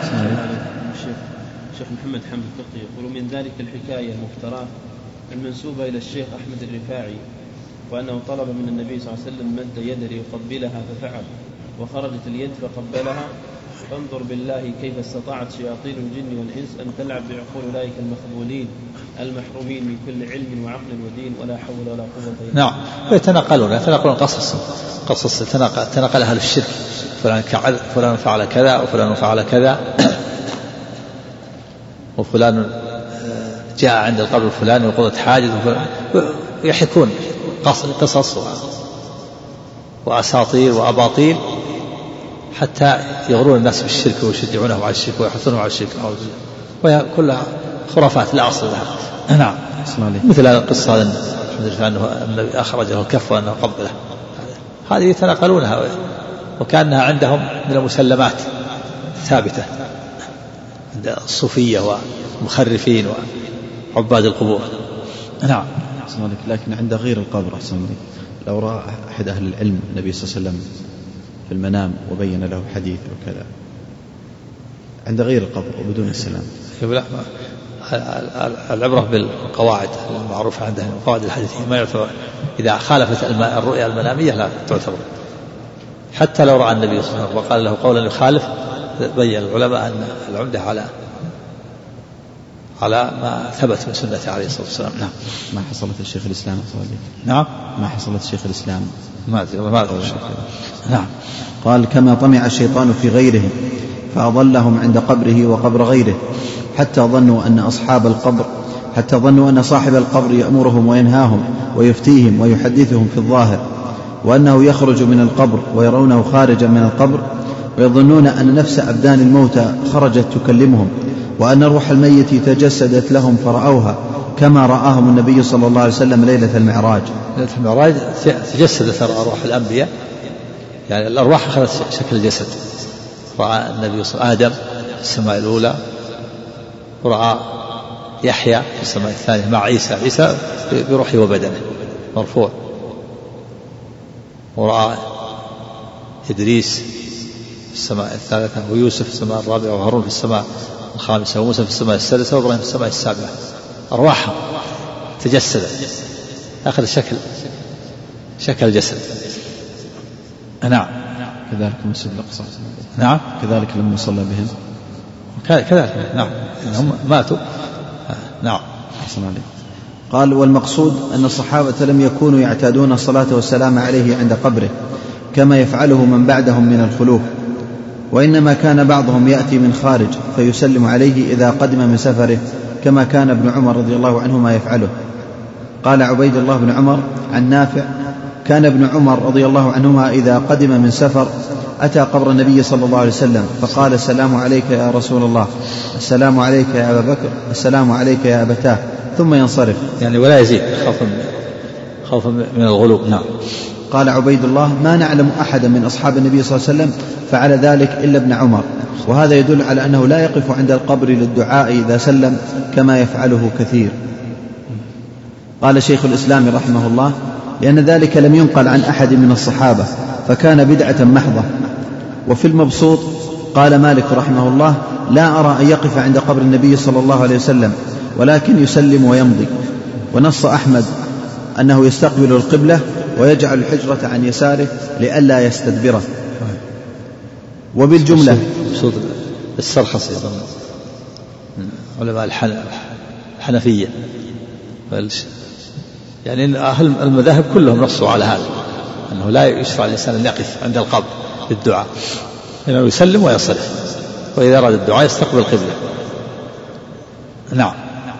الشيخ محمد حمد الفقي يقول من ذلك الحكاية المفتراه المنسوبة إلى الشيخ أحمد الرفاعي، وأنه طلب من النبي صلى الله عليه وسلم مد يده ليقبلها ففعل، وخرجت اليد فقبلها. فانظر بالله كيف استطاعت شياطين الجن والإنس أن تلعب بعقول أولئك المخذولين المحرومين من كل علم وعقل ودين، ولا حول ولا قوة إلا بالله. نعم، ويتناقلون يتناقلون قصص قصص تناقل, تناقل أهل الشرك، فلان فلان فعل كذا وفلان فعل كذا وفلان جاء عند القبر الفلاني وقضت حاجة، ويحكون قصص وأساطير وأباطيل حتى يغرون الناس بالشرك ويشجعونهم على الشرك ويحثونهم على الشرك، وهي كلها خرافات لا أصل لها. نعم. مثل القصة هذا أنه النبي أخرج له الكف وأنه قبله، هذه يتناقلونها وكأنها عندهم من المسلمات ثابتة عند الصوفية والمخرفين وعباد القبور. نعم. لكن عند غير القبر أحسن لي، لو رأى أحد أهل العلم النبي صلى الله عليه وسلم في المنام وبين له حديث وكذا عند غير القبر وبدون السلام. لا، العبرة بالقواعد المعروفة عندهم، قواعد الحديث ما يعتبر إذا خالفت الرؤيا المنامية لا تعتبر، حتى لو رأى النبي صلى الله عليه وسلم وقال له قولا يخالف بين العلماء أن العمدة على على ما ثبت من سنة عليه الصلاة والسلام. نعم. ما حصلت الشيخ الإسلام صلى. نعم. ما حصلت الشيخ الإسلام ما ما نعم. قال كما طمع الشيطان في غيرهم فأضلهم عند قبره وقبر غيره حتى ظنوا أن أصحاب القبر حتى ظنوا أن صاحب القبر يأمرهم وينهاهم ويفتيهم ويحدثهم في الظاهر، وأنه يخرج من القبر ويرونه خارجا من القبر، ويظنون أن نفس أبدان الموتى خرجت تكلمهم، وأن روح الميت تجسدت لهم فرأوها كما رآهم النبي صلى الله عليه وسلم ليلة المعراج. ليلة المعراج تجسدت أرواح الأنبياء، يعني الأرواح أخذت شكل الجسد. رأى النبي صلى الله عليه وسلم آدم في السماء الأولى، ورأى يحيى في السماء الثانية مع عيسى، عيسى بروحه وبدنه مرفوع، ورأى إدريس في السماء الثالثة، ويوسف في السماء الرابعة، وهارون في السماء الخامسة، وموسى في السماء السادسة، وإبراهيم في السماء السابعة. أرواحهم تجسدت، أخذ شكل شكل الجسد. نعم. كذلك المسجد الأقصى. نعم. كذلك لما صلى بهم. كذلك. نعم. هم ماتوا. نعم. أحسن عليك. قال: والمقصود أن الصحابة لم يكونوا يعتادون الصلاة والسلام عليه عند قبره كما يفعله من بعدهم من الخلوف، وإنما كان بعضهم يأتي من خارج فيسلم عليه إذا قدم من سفره، كما كان ابن عمر رضي الله عنهما يفعله. قال عبيد الله بن عمر عن نافع: كان ابن عمر رضي الله عنهما إذا قدم من سفر أتى قبر النبي صلى الله عليه وسلم فقال: السلام عليك يا رسول الله، السلام عليك يا أبا بكر، السلام عليك يا أبتاه، ثم ينصرف، يعني ولا يزيد خوفا خوفا من الغلو. نعم. قال عبيد الله: ما نعلم أحدا من أصحاب النبي صلى الله عليه وسلم فعل ذلك إلا ابن عمر، وهذا يدل على أنه لا يقف عند القبر للدعاء إذا سلم كما يفعله كثير. قال شيخ الإسلام رحمه الله: لأن ذلك لم ينقل عن أحد من الصحابة فكان بدعة محضة. وفي المبسوط قال مالك رحمه الله: لا أرى أن يقف عند قبر النبي صلى الله عليه وسلم، ولكن يسلم ويمضي. ونص أحمد أنه يستقبل القبلة ويجعل الحجرة عن يساره لئلا يستدبره. وبالجملة مبسوط السرخصي علماء الحنفية، يعني أهل المذاهب كلهم نصوا على هذا، أنه لا يشرع الإنسان أن يقف عند القبر للدعاء، إنه يسلم ويصرف، وإذا أراد الدعاء يستقبل القبلة. نعم.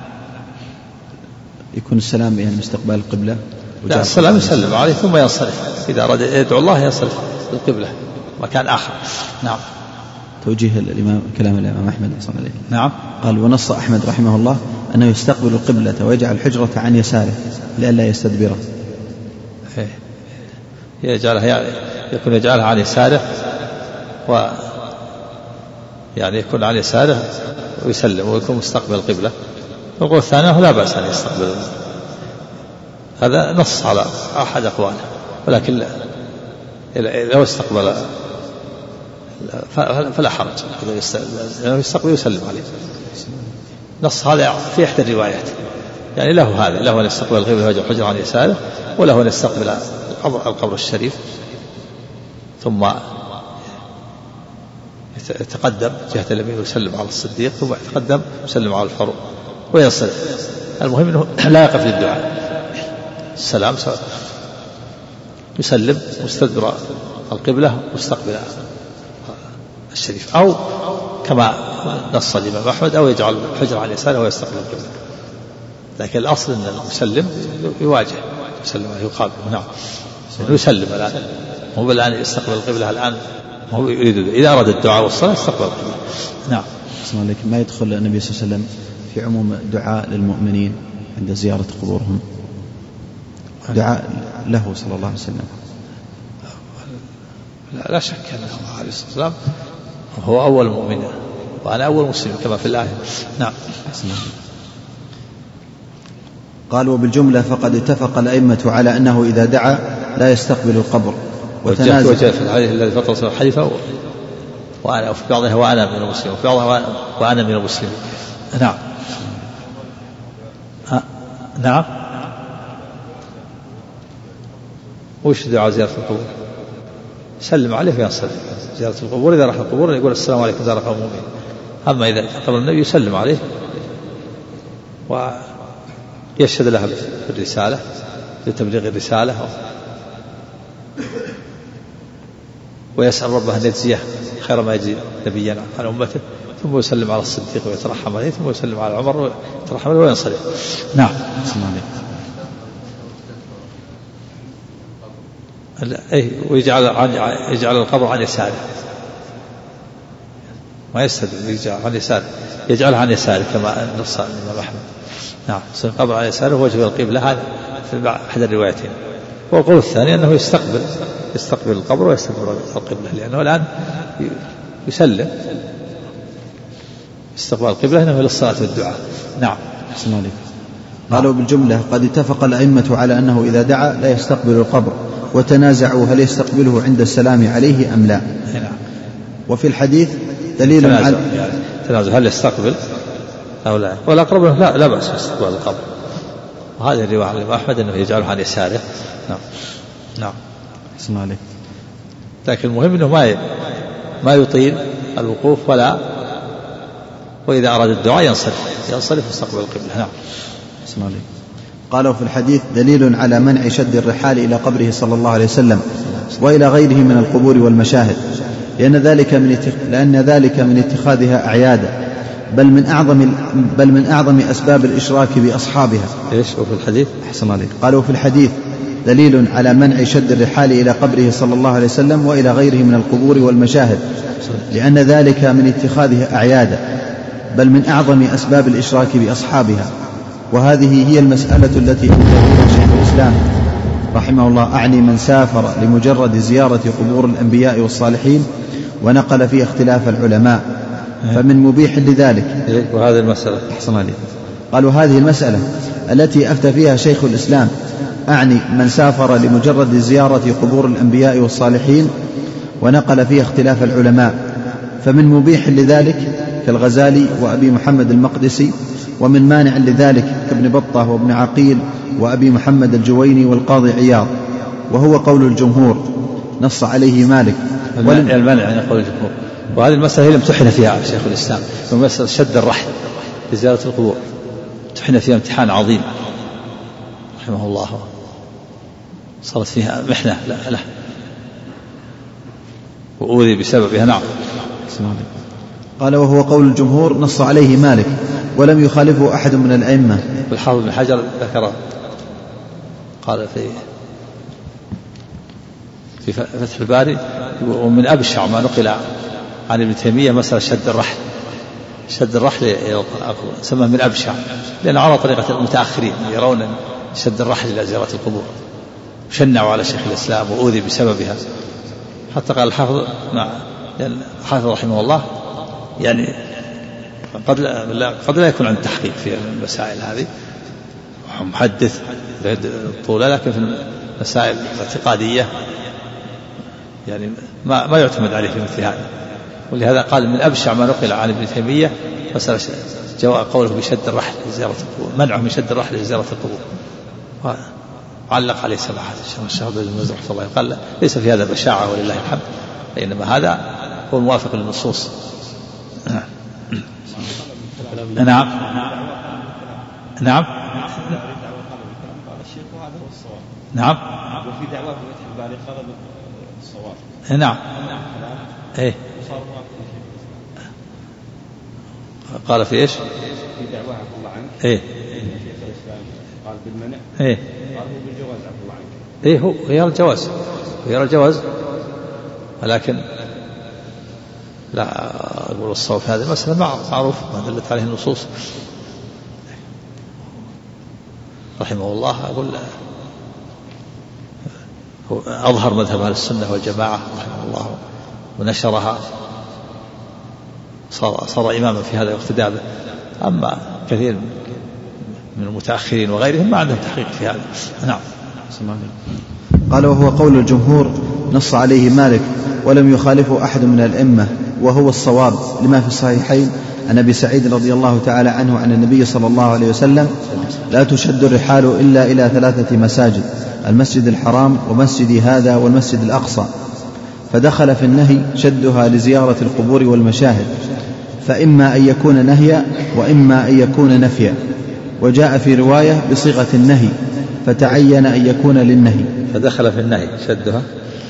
يكون السلام يعني مستقبل القبلة؟ لا، السلام يسلم عليه ثم ينصرف، إذا أراد يدعو الله ينصرف القبلة مكان آخر. نعم. توجيه الإمام كلام الإمام أحمد صلى الله عليه. نعم. قال: ونص أحمد رحمه الله أنه يستقبل القبلة ويجعل الحجرة عن يساره لئلا يستدبره. يجعلها يكون يجعلها عن يساره، و يعني يكون عن يساره ويسلم ويكون مستقبل القبلة. القول الثاني لا بأس أن يستقبل، هذا نص على أحد أقواله، ولكن لو استقبل فلا حرج، إذا يستقبل يسلم عليه. نص هذا في إحدى الروايات، يعني له هذا، له أن يستقبل القبلة ويجعل الحجرة عن يساره، وله أن يستقبل القبر الشريف ثم يتقدم جهة اليمين ويسلم على الصديق، ثم يتقدم ويسلم على الفاروق وينصرف. المهم أنه لا يقف للدعاء، السلام سواء يسلم مستدبر القبلة مستقبل الشريف، أو كما نص الإمام أحمد أو يجعل الحجر على يساره ويستقبل القبلة. لكن الأصل أن المسلم يواجه، يسلم يقابل. نعم. يسلم الآن، هو الآن يستقبل القبلة الآن، هو يريد إذا أراد الدعاء والصلاة يستقبل القبلة. نعم. لكن ما يدخل النبي صلى الله عليه وسلم في عموم الدعاء للمؤمنين عند زيارة قبورهم، دعاء له صلى الله عليه وسلم؟ لا, لا شك أنه عليه الصلاة والسلام هو أول مؤمن وأنا أول مسلم كما في الآية. نعم. قال: وبالجملة فقد اتفق الأئمة على أنه إذا دعا لا يستقبل القبر. وتنازع وجه في الحديث الذي فطر الحديثة، وأنا وفي بعضها وأنا من المسلمين وفي بعضها وأنا من المسلمين. نعم. ها. نعم. وش دعاء زيارة القبور؟ سلم عليه وينصرف. زيارة القبور إذا راح القبور يقول السلام عليكم دار قوم مؤمنين، أما إذا قبل النبي يسلم عليه ويشهد لها بالرسالة لتبليغ الرسالة، ويسأل ربه أن يجزيه خير ما يجزي نبينا عن أمته، ثم يسلم على الصديق ويترحم عليه، ثم يسلم على عمر ويترحم عليه وينصرف. نعم. أي ويجعل عن يجعل القبر عن يساره، ما يستدل يجعل عن يساره، يجعلها عن يساره كما نص الإمام أحمد. نعم القبر على يساره وجه القبلة، هذا في أحد الروايتين. والقول الثاني أنه يستقبل يستقبل القبر ويستقبل القبلة، لأنه الآن يسلم استقبال القبلة إنه للصلاة والدعاء. نعم. أحسن عليك. قالوا بالجملة قد اتفق الأئمة على أنه إذا دعا لا يستقبل القبر، وتنازعوا هل يستقبله عند السلام عليه أم لا. نعم. وفي الحديث دليل تنازع على يعني تنازع هل يستقبل أو لا، والأقرب لا لا بأس استقبال القبر، وهذه الرواية عن الإمام أحمد أنه يجعله عن يساره. نعم. نعم. أحسن عليك. لكن المهم أنه ما ما يطيل الوقوف ولا، وإذا أراد الدعاء ينصرف ينصرف يستقبل القبلة. نعم. أحسن عليك. قالوا في الحديث دليل على منع شد الرحال إلى قبره صلى الله عليه وسلم وإلى غيره من القبور والمشاهد، لأن ذلك من لأن ذلك من اتخاذها أعيادا، بل من أعظم بل من أعظم أسباب الإشراك بأصحابها. إيش وفي الحديث؟ أحسن عليك. قالوا في الحديث دليل على منع شد الرحال إلى قبره صلى الله عليه وسلم وإلى غيره من القبور والمشاهد، لأن ذلك من اتخاذها أعيادا، بل من أعظم أسباب الإشراك بأصحابها. وهذه هي المسألة التي أوردها شيخ الإسلام رحمه الله، أعني من سافر لمجرد زيارة قبور الأنبياء والصالحين ونقل فيها اختلاف العلماء، فمن مبيح لذلك. وهذه المسألة أحسن عليك. قالوا هذه المسألة التي أفتى فيها شيخ الإسلام، أعني من سافر لمجرد زيارة قبور الأنبياء والصالحين ونقل فيها اختلاف العلماء، فمن مبيح لذلك كالغزالي وأبي محمد المقدسي، ومن مانع لذلك كابن بطة وابن عقيل وأبي محمد الجويني والقاضي عياض، وهو قول الجمهور نص عليه مالك. المانع المانع عن قول الجمهور. وهذه المسألة هي امتحن فيها شيخ الإسلام، ومسألة شد الرحل لزيارة القبور امتحن فيها امتحان عظيم رحمه الله، صارت فيها محنة لا لا وأوذي بسببها. نعم. قال وهو قول الجمهور نص عليه مالك ولم يخالفه أحد من الأئمة. والحافظ بن حجر ذكر قال في في فتح الباري ومن أبشع ما نقل عن ابن تيمية مسألة شد الرحل شد الرحل سماه من أبشع، لأنه على طريقة المتأخرين يرون شد الرحل إلى زيارة القبور، شنعوا على شيخ الإسلام وأوذي بسببها. حتى قال الحافظ مع يعني الحافظ رحمه الله يعني قد لا, قد لا يكون عنده تحقيق في المسائل هذه، محدث طولة، لكن في المسائل الاعتقادية يعني ما ما يعتمد عليه في مثل هذا. ولهذا قال من أبشع ما نقل عن ابن تيمية مسألة جواء قوله بشد الرحل لزيارة القبور، منعه من شد الرحل لزيارة القبور. وعلق عليه سماحة الشيخ بن باز رحمه الله قال ليس في هذا بشاعة ولله الحمد، إنما هذا هو الموافق للنصوص. نعم. نعم. نعم. وفي دعوة في فتح الباري قال الصواب. نعم. ايه قال في ايش؟ في دعوة عفو الله عنك. ايه شيخ الإسلام قال بالمنع. ايه قال هو بالجواز عفو الله عنك. ايه هو يرى الجواز يرى الجواز ولكن لا أقول الصواب في هذه المسألة معروف ما دلت عليه النصوص. رحمه الله أقول هو أظهر مذهب أهل السنة والجماعة رحمه الله ونشرها، صار, صار إماما في هذا واقتداء به. أما كثير من المتأخرين وغيرهم ما عندهم تحقيق في هذا. نعم. قال وهو قول الجمهور نص عليه مالك ولم يخالفه أحد من الأئمة، وهو الصواب لما في الصحيحين عن أبي سعيد رضي الله تعالى عنه عن النبي صلى الله عليه وسلم لا تشد الرحال إلا إلى ثلاثة مساجد: المسجد الحرام ومسجد هذا والمسجد الأقصى. فدخل في النهي شدها لزيارة القبور والمشاهد، فإما أن يكون نهيا وإما أن يكون نفيا، وجاء في رواية بصيغة النهي فتعين أن يكون للنهي. فدخل في النهي شدها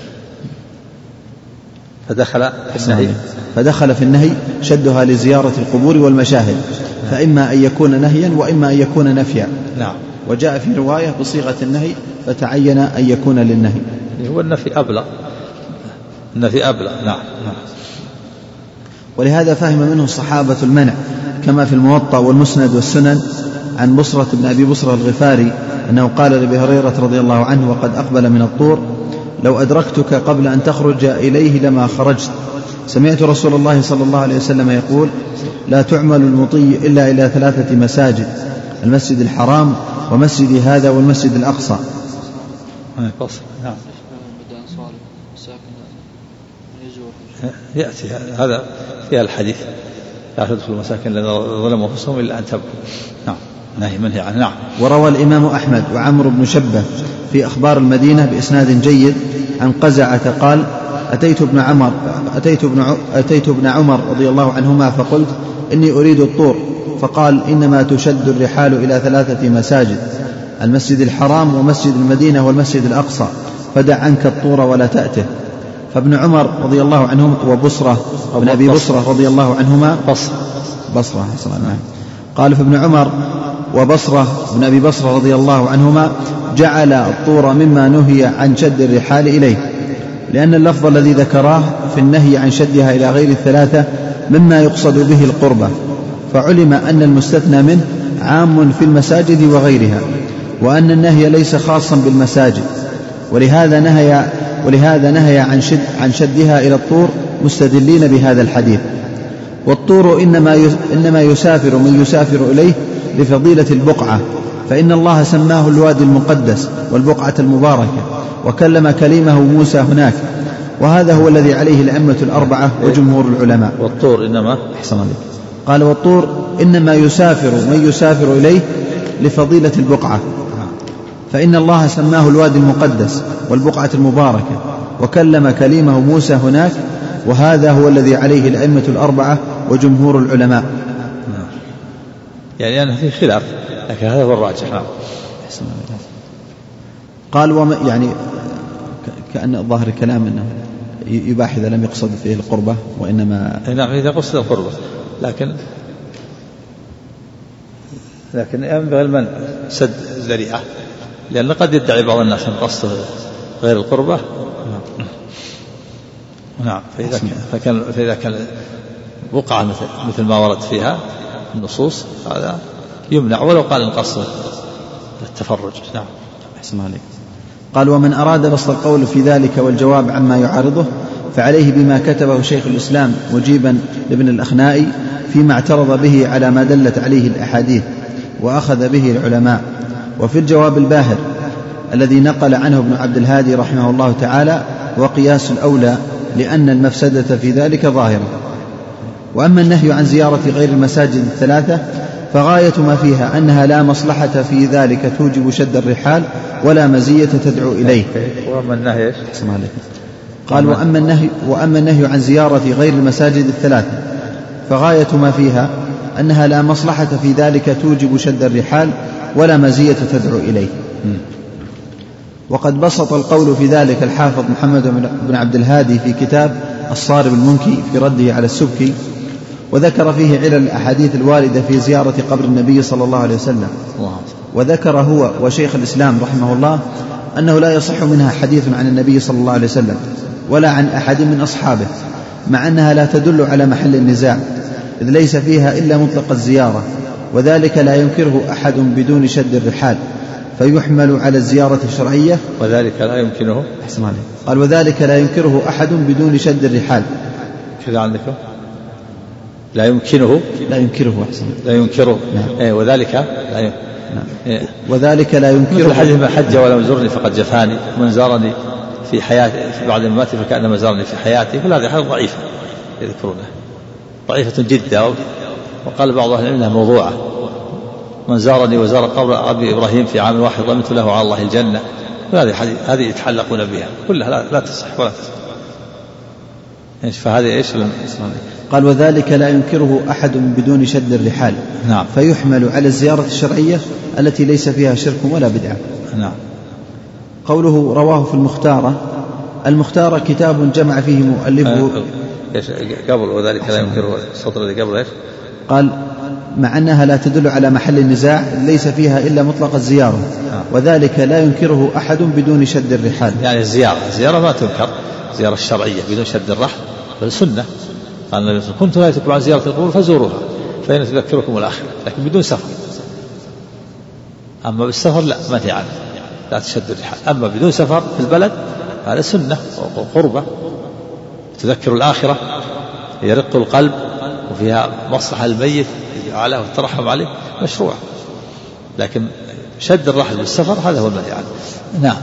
فدخل في النهي فدخل في النهي شدها لزيارة القبور والمشاهد، فإما أن يكون نهيا وإما أن يكون نفيا. نعم. وجاء في رواية بصيغة النهي فتعين أن يكون للنهي. هو النفي أبلغ النفي أبلغ. نعم. ولهذا فهم منه الصحابة المنع كما في الموطأ والمسند والسنن عن بصرة بن أبي بصرة الغفاري أنه قال لأبي هريرة رضي الله عنه وقد أقبل من الطور: لو أدركتك قبل أن تخرج إليه لما خرجت. سمعت رسول الله صلى الله عليه وسلم يقول: لا تعمل المطي إلا إلى ثلاثة مساجد: المسجد الحرام ومسجد هذا والمسجد الأقصى. نعم. يأتي هذا في الحديث: لا تدخلوا مساكن الذين ظلموا أنفسهم إلا أن تبكوا. نعم. نهي منهي عنه. نعم. وروى الإمام أحمد وعمرو بن شبة في أخبار المدينة بإسناد جيد عن قزعة قال: أتيت ابن عمر أتيت ابن أتيت ابن عمر رضي الله عنهما فقلت: إني أريد الطور. فقال: إنما تشد الرحال إلى ثلاثة مساجد: المسجد الحرام ومسجد المدينة والمسجد الأقصى، فدع عنك الطور ولا تأته. فابن عمر رضي الله عنهما وبصرة بن أبي بصرة رضي الله عنهما بصرة بصرة نعم. قال فابن عمر وبصرة بن أبي بصرة رضي الله عنهما جعل الطور مما نهي عن شد الرحال إليه، لأن اللفظ الذي ذكراه في النهي عن شدها إلى غير الثلاثة مما يقصد به القربة، فعلم أن المستثنى منه عام في المساجد وغيرها، وأن النهي ليس خاصا بالمساجد، ولهذا نهي ولهذا نهي عن شد عن شدها إلى الطور مستدلين بهذا الحديث. والطور إنما إنما يسافر من يسافر إليه لفضيلة البقعة، فإن الله سماه الوادي المقدس والبقعة المباركة، وكلم كليمه موسى هناك، وهذا هو الذي عليه الأئمة الأربعة وجمهور العلماء. والطور إنما أحسن عليك. قال: والطور إنما يسافر من يسافر إليه لفضيلة البقعة، فإن الله سماه الوادي المقدس والبقعة المباركة، وكلم كليمه موسى هناك، وهذا هو الذي عليه الأئمة الأربعة وجمهور العلماء. يعني أنا في خلاف، لكن هذا هو الراجح. قال: وما يعني كأن ظاهر الكلام أنه يباح إذا لم يقصد فيه القربة، وإنما نعم إذا قصد القربة، لكن لكن ينبغي المنع سد الذريعة، لأن قد يدعي بعض الناس أن قصده غير القربة. نعم. فإذا كان فكان فإذا كان بقعة مثل مثل ما ورد فيها النصوص هذا يمنع ولو قال إن قصده التفرج. نعم. أحسن عليك. قال: ومن أراد بسط القول في ذلك والجواب عما يعارضه فعليه بما كتبه شيخ الإسلام مجيبا لابن الأخنائي فيما اعترض به على ما دلت عليه الأحاديث وأخذ به العلماء. وفي الجواب الباهر الذي نقل عنه ابن عبد الهادي رحمه الله تعالى: وقياس الأولى لأن المفسدة في ذلك ظاهرة. وأما النهي عن زيارة غير المساجد الثلاثة فغاية ما فيها أنها لا مصلحة في ذلك توجب شد الرحال ولا مزية تدعو إليه. وأما النهي قال: وأما النهي, وأما النهي عن زيارة غير المساجد الثلاثة فغاية ما فيها أنها لا مصلحة في ذلك توجب شد الرحال ولا مزية تدعو إليه. وقد بسط القول في ذلك الحافظ محمد بن عبد الهادي في كتاب الصارم المنكي في رده على السبكي، وذكر فيه علل الأحاديث الواردة في زيارة قبر النبي صلى الله عليه وسلم. وذكر هو وشيخ الإسلام رحمه الله أنه لا يصح منها حديث عن النبي صلى الله عليه وسلم ولا عن أحد من أصحابه، مع أنها لا تدل على محل النزاع، إذ ليس فيها إلا مطلق الزيارة، وذلك لا ينكره أحد بدون شد الرحال، فيحمل على الزيارة الشرعية. وذلك لا يمكنه قال: وذلك لا ينكره أحد بدون شد الرحال. كذا عندكم لا يمكنه لا ينكره أحسن لا ينكره. نعم. إيه وذلك لا ي... نعم. إيه. وذلك لا ينكره. مثل حديث: ما حج ولم زرني فقد جفاني، من زارني في حياتي في بعد مماتي فكأنما زارني في حياتي. كل هذه حديث ضعيفة يذكرونها، ضعيفة جدا، وقال بعض أهل العلم انها موضوعة. من زارني وزار قبر أبي إبراهيم في عام واحد ضمنت له على الله الجنة. هذه هذه يتحلقون بها كلها لا, لا تصح ولا تصح. إيش فهذه إيش؟ قال: وذلك لا ينكره أحد بدون شد الرحال. نعم. فيحمل على الزيارة الشرعية التي ليس فيها شرك ولا بدعة. نعم. قوله رواه في المختارة. المختارة كتاب جمع فيه مؤلفه. قبل وذلك لا ينكره السطر اللي قبل إيش؟ قال: مع أنها لا تدل على محل النزاع ليس فيها إلا مطلق الزيارة، وذلك لا ينكره أحد بدون شد الرحال. يعني الزيارة الزيارة ما تنكر، زيارة الشرعية بدون شد الرحل بل سنة. قال النبي: كنت لا يتكلم عن زيارة القبور فزوروها فإن تذكركم الآخرة، لكن بدون سفر. أما بالسفر لا ما في عنه، لا تشد الرحال. أما بدون سفر في البلد هذا سنة وقربة تذكر الآخرة، يرق القلب وفيها مصلحة الميت عليه والترحم عليه مشروع، لكن شد الرحل بالسفر هذا هو المنهي عنه. نعم.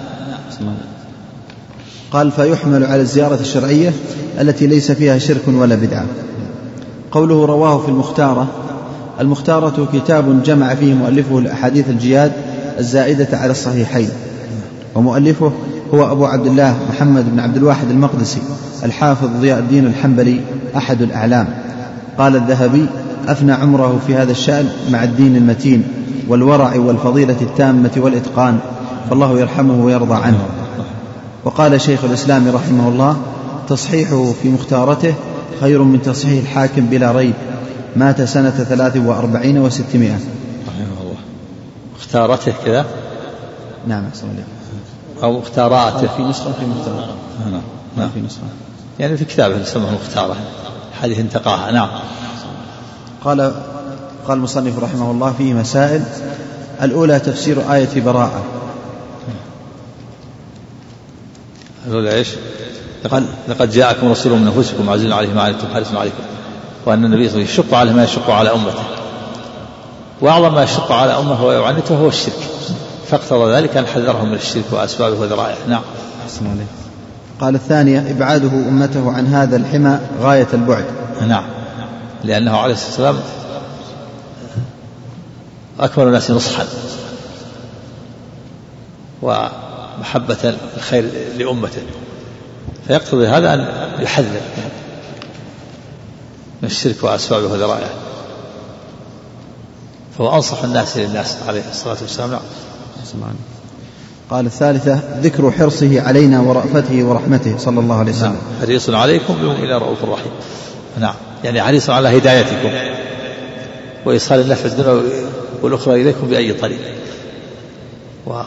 قال فيحمل على الزيارة الشرعية التي ليس فيها شرك ولا بدعة. قوله رواه في المختارة، المختارة كتاب جمع فيه مؤلفه الأحاديث الجياد الزائدة على الصحيحين، ومؤلفه هو أبو عبد الله محمد بن عبد الواحد المقدسي الحافظ ضياء الدين الحنبلي أحد الأعلام. قال الذهبي أفنى عمره في هذا الشأن مع الدين المتين والورع والفضيلة التامة والإتقان، فالله يرحمه ويرضى عنه. وقال شيخ الإسلام رحمه الله تصحيحه في مختارته خير من تصحيح الحاكم بلا ريب، مات سنة ثلاث وأربعين وستمائة. رحمه الله. مختارته كذا؟ نعم أحسن الله. أو مختاراته في نسخة في مختارة. نعم. نعم. في نسخة يعني في كتابه يسمى مختارة، حديث انتقاها. نعم. قال قال المصنف رحمه الله فيه مسائل. الأولى تفسير آية براءة. الأولى إيش؟ قال لقد جاءكم رسول من أنفسكم عزيز عليه ما عنتم حريص عليكم، وأن النبي صلى الله عليه وسلم يشق على ما يشق على أمته، وأعظم ما يشق على أمه ويعنته هو الشرك، فاقتضى ذلك أن حذرهم من الشرك وأسبابه وذرائعه. نعم. قال الثانية إبعاده أمته عن هذا الحمى غاية البعد. نعم، لأنه عليه الصلاة والسلام أكمل الناس نصحا ومحبة الخير لأمته، فيقتضي هذا أن يحذر من الشرك وأسبابه وذرائعه، فهو أنصح الناس للناس عليه الصلاة والسلام. نعم. قال الثالثة ذكر حرصه علينا ورأفته ورحمته صلى الله عليه وسلم. حريص عليكم بالمؤمنين رؤوف رحيم. نعم، يعني حريص على هدايتكم وإيصال النفع الدنيا والأخرى إليكم بأي طريق. و...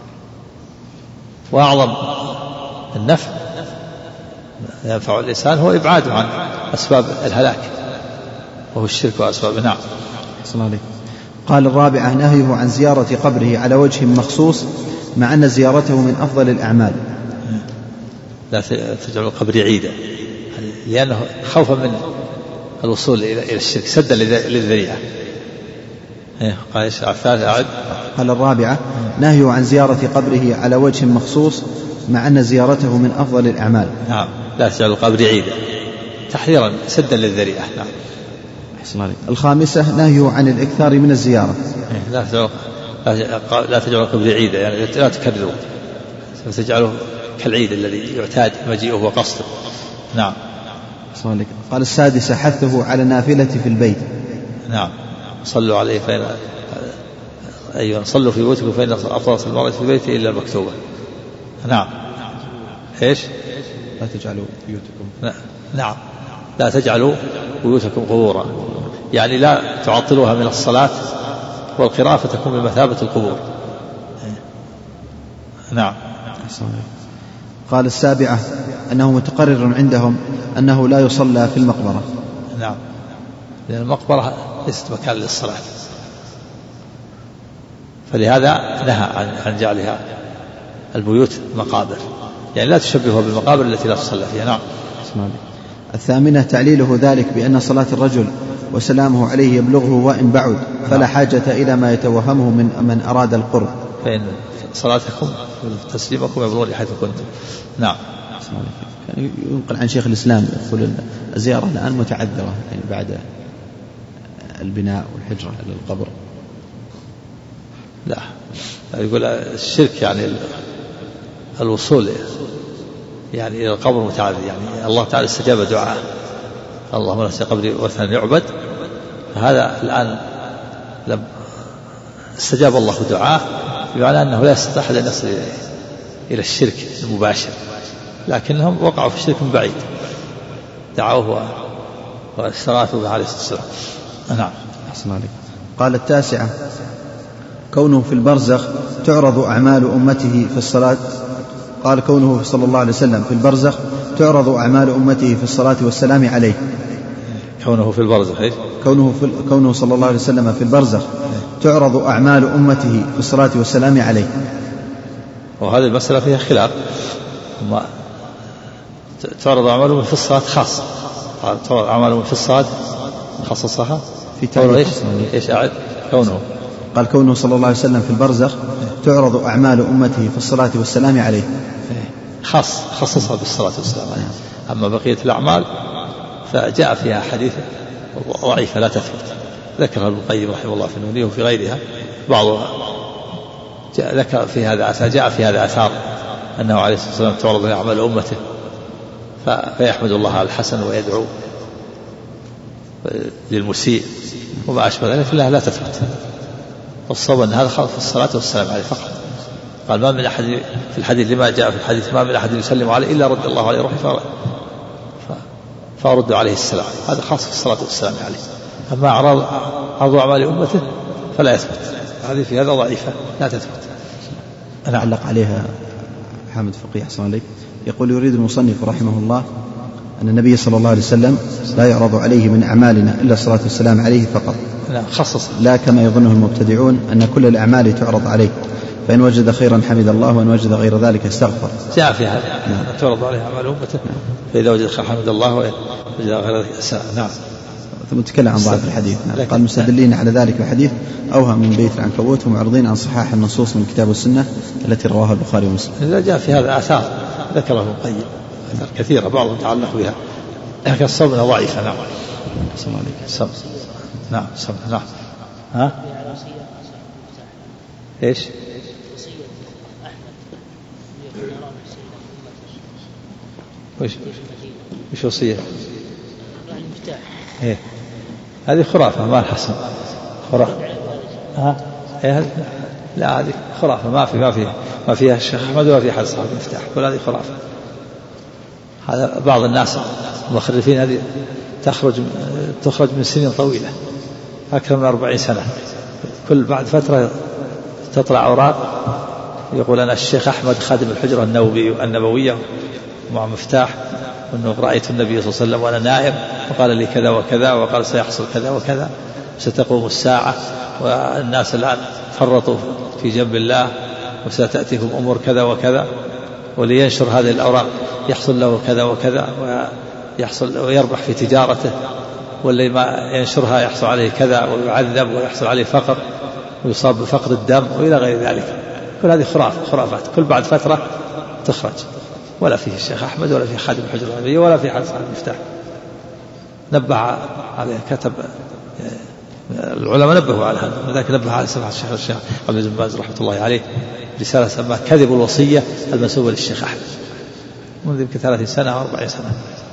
وأعظم النفع ينفع الإنسان هو إبعاده عن أسباب الهلاك وهو الشرك وأسبابه. نعم. قال الرابعة نهيه عن زيارة قبره على وجه مخصوص مع أن زيارته من أفضل الأعمال. لا تجعل القبر عيدا، لأنه خوفا من الوصول إلى الشرك سدا للذريعة. قال الثالث أعد. قال الرابعة نهيه عن زيارة قبره على وجه مخصوص مع أن زيارته من أفضل الأعمال. نعم، لا تجعل القبر عيدا تحذيرا سدا للذريعة. نعم. الخامسة نهيه عن الإكثار من الزيارة. لا تجعل لا تجعل القبر عيدا، يعني لا تكرره فتجعله كالعيد الذي يعتاد مجيئه وقصده. نعم. قال السادسة حثه على النافلة في البيت. نعم، صلوا عليه فإن أيوة صلوا في بيوتكم فإن أفضل المرأة في البيت إلا المكتوبة. نعم. إيش؟ لا تجعلوا بيوتكم. نعم، لا تجعلوا بيوتكم قبورا، يعني لا تعطلوها من الصلاة والقراءة فتكون بمثابة القبور. نعم. قال السابعة أنه متقرر عندهم أنه لا يصلى في المقبرة. نعم، لأن المقبرة ليست مكان للصلاة، فلهذا نهى عن جعلها البيوت مقابر، يعني لا تشبهها بالمقابر التي لا تصلى فيها. نعم. الثامنة تعليله ذلك بأن صلاة الرجل وسلامه عليه يبلغه وإن بعد، فلا حاجة إلى ما يتوهمه من من أراد القرب، فإن صلاتكم تسليمكم يبلغون حيث كنتم. نعم. يعني ينقل عن شيخ الإسلام يقول الزيارة الآن متعذرة، يعني بعد البناء والحجرة إلى القبر. لا، يقول الشرك يعني الوصول يعني إلى القبر متعذر، يعني الله تعالى استجاب دعاء اللهم لا قبري وثنا يعبد، فهذا الآن لم استجاب الله دعاء، بمعنى أنه لا يستطيع أحد أن يصل إلى الشرك المباشر، لكنهم وقعوا في الشرك من بعيد دعوه واستغاثوا به عليه الصلاة والسلام. نعم. قال التاسعة كونه في البرزخ تعرض أعمال أمته في الصلاة. قال كونه صلى الله عليه وسلم في البرزخ تعرض أعمال أمته في الصلاة والسلام عليه. كونه في البرزخ إيش؟ كونه, في كونه صلى الله عليه وسلم في البرزخ تعرض أعمال أمته في الصلاة والسلام عليه. وهذه المسألة فيها خلاف، تعرض أعمالهم في الصلاة خاصة، تعرض أعمالهم في الصلاة خصصها في تعريف إيش؟ إيش أعد كونه قال كونه صلى الله عليه وسلم في البرزخ تعرض أعمال أمته في الصلاة والسلام عليه، خاص خصصها بالصلاة والسلام عليه. أما بقية الأعمال فجاء فيها حديث ضعيفة لا تثبت، ذكرها ابن القيم رحمه الله في النونية وفي غيرها بعضها ذكر في هذا أثار، جاء في هذا أثار أنه عليه الصلاة والسلام تعرض أعمال أمته فيحمد الله على الحسن ويدعو للمسيء وما أشبه ذلك، لا لا تثبت. والصواب أن هذا خاص في الصلاة والسلام عليه فقط. قال ما من أحد في الحديث لما جاء في الحديث ما من أحد يسلم عليه إلا رد الله عليه روحه فأرد عليه السلام، هذا خاص في الصلاة والسلام عليه. أما أعراض عرض أعمال أمته فلا يثبت، هذه في هذا ضعيفة لا تثبت. أنا أعلق عليها حامد فقيه أحسن عليك، يقول يريد المصنف رحمه الله أن النبي صلى الله عليه وسلم لا يعرض عليه من أعمالنا إلا الصلاة والسلام عليه فقط، لا خصص، لا كما يظنه المبتدعون أن كل الأعمال تعرض عليه، فإن وجد خيرا حمد الله وإن وجد غير ذلك استغفر. جاء في هذا نعم. تعرض عليه أعمال أمته فإذا وجد خير حمد الله وإن وجد غير ذلك استغفر. نعم. ثم تكلم عن ضعف الحديث. نعم. قال مستدلين على ذلك الحديث أوهم من بيت العنكبوت ومعرضين عن صحاح النصوص من كتاب السنة التي رواها البخاري ومسلم. إذا جاء في هذا آثار ذكره ابن القيم آثار كثيرة بعضهم تعلق بها لكن الصوم ضعيفة. نعم. السلام عليكم. الصوم. نعم الصوم. نعم. ها؟ إيش؟ وش وش وصية؟ إيه هذه خرافة ما الحسن خرافة. ها إيه لا هذه خرافة ما في ما في ما فيها الشيخ أحمد ولا في حد صاحب المفتاح، كل هذه خرافة. هذا بعض الناس المخرفين هذه تخرج تخرج من سنين طويلة أكثر من أربعين سنة، كل بعد فترة تطلع أوراق يقول أنا الشيخ أحمد خادم الحجرة النووي النبوية مع مفتاح، وأنه رأيت النبي صلى الله عليه وسلم وأنا نائم وقال لي كذا وكذا وقال سيحصل كذا وكذا ستقوم الساعة والناس الآن فرطوا في جنب الله وستأتيهم أمور كذا وكذا، ولينشر هذه الأوراق يحصل له كذا وكذا ويحصل ويربح في تجارته، واللي ما ينشرها يحصل عليه كذا ويعذب ويحصل عليه فقر ويصاب بفقر الدم وإلى غير ذلك. كل هذه خرافة خرافات كل بعد فترة تخرج، ولا فيه الشيخ أحمد ولا فيه خادم الحجرة النبوية ولا فيه حد صاحب المفتاح. نبه عليه كتب العلماء نبهوا على هذا، لذلك نبه على سماحة الشيخ الشيخ عبد العزيز بن باز رحمة الله عليه رسالة سماها كذب الوصية المنسوبة للشيخ أحمد منذ يمكن ثلاثين سنة أو أربعين سنة،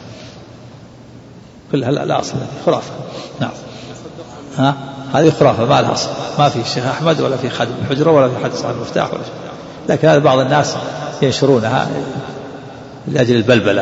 كلها لا, لا أصل خرافة. نعم ها هذه خرافة ما لها أصل، ما في الشيخ أحمد ولا في خادم الحجرة ولا في حد صاحب المفتاح ولا شيء، لكن هذا بعض الناس ينشرونها لأجل البلبلة.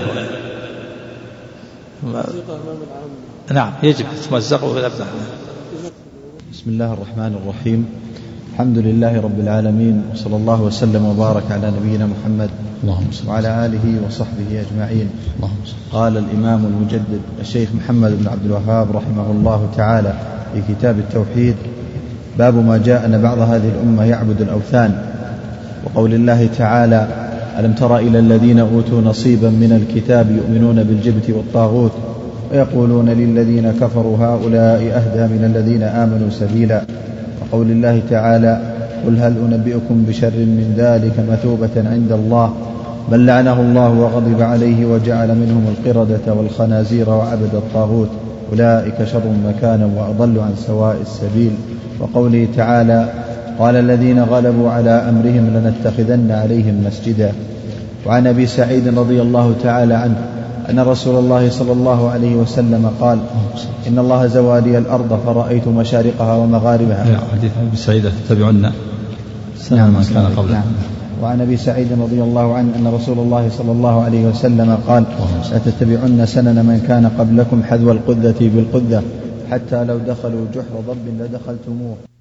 نعم يجب تمزقوا بالأبناء. بسم الله الرحمن الرحيم، الحمد لله رب العالمين، وصلى الله وسلم وبارك على نبينا محمد وعلى آله وصحبه أجمعين. قال الإمام المجدد الشيخ محمد بن عبد الوهاب رحمه الله تعالى في كتاب التوحيد: باب ما جاء أن بعض هذه الأمة يعبد الأوثان، وقول الله تعالى: ألم تر إلى الذين أوتوا نصيبا من الكتاب يؤمنون بالجبت والطاغوت ويقولون للذين كفروا هؤلاء أهدى من الذين آمنوا سبيلا. وقول الله تعالى: قل هل أنبئكم بشر من ذلك مثوبة عند الله من لعنه الله وغضب عليه وجعل منهم القردة والخنازير وعبد الطاغوت أولئك شر مكانا وأضل عن سواء السبيل. وقوله تعالى: قال الذين غلبوا على أمرهم لنتخذن عليهم مسجدا. وعن أبي سعيد رضي الله تعالى عنه أن رسول الله صلى الله عليه وسلم قال: إن الله زوالي الأرض فرأيت مشارقها ومغاربها. حديث أبي سعيد تتبعن سنن من كان قبله. وعن أبي سعيد رضي الله عنه أن رسول الله صلى الله عليه وسلم قال: لا تتبعن سنن من كان قبلكم حذو القذة بالقذة حتى لو دخلوا جحر ضب لدخلتموه.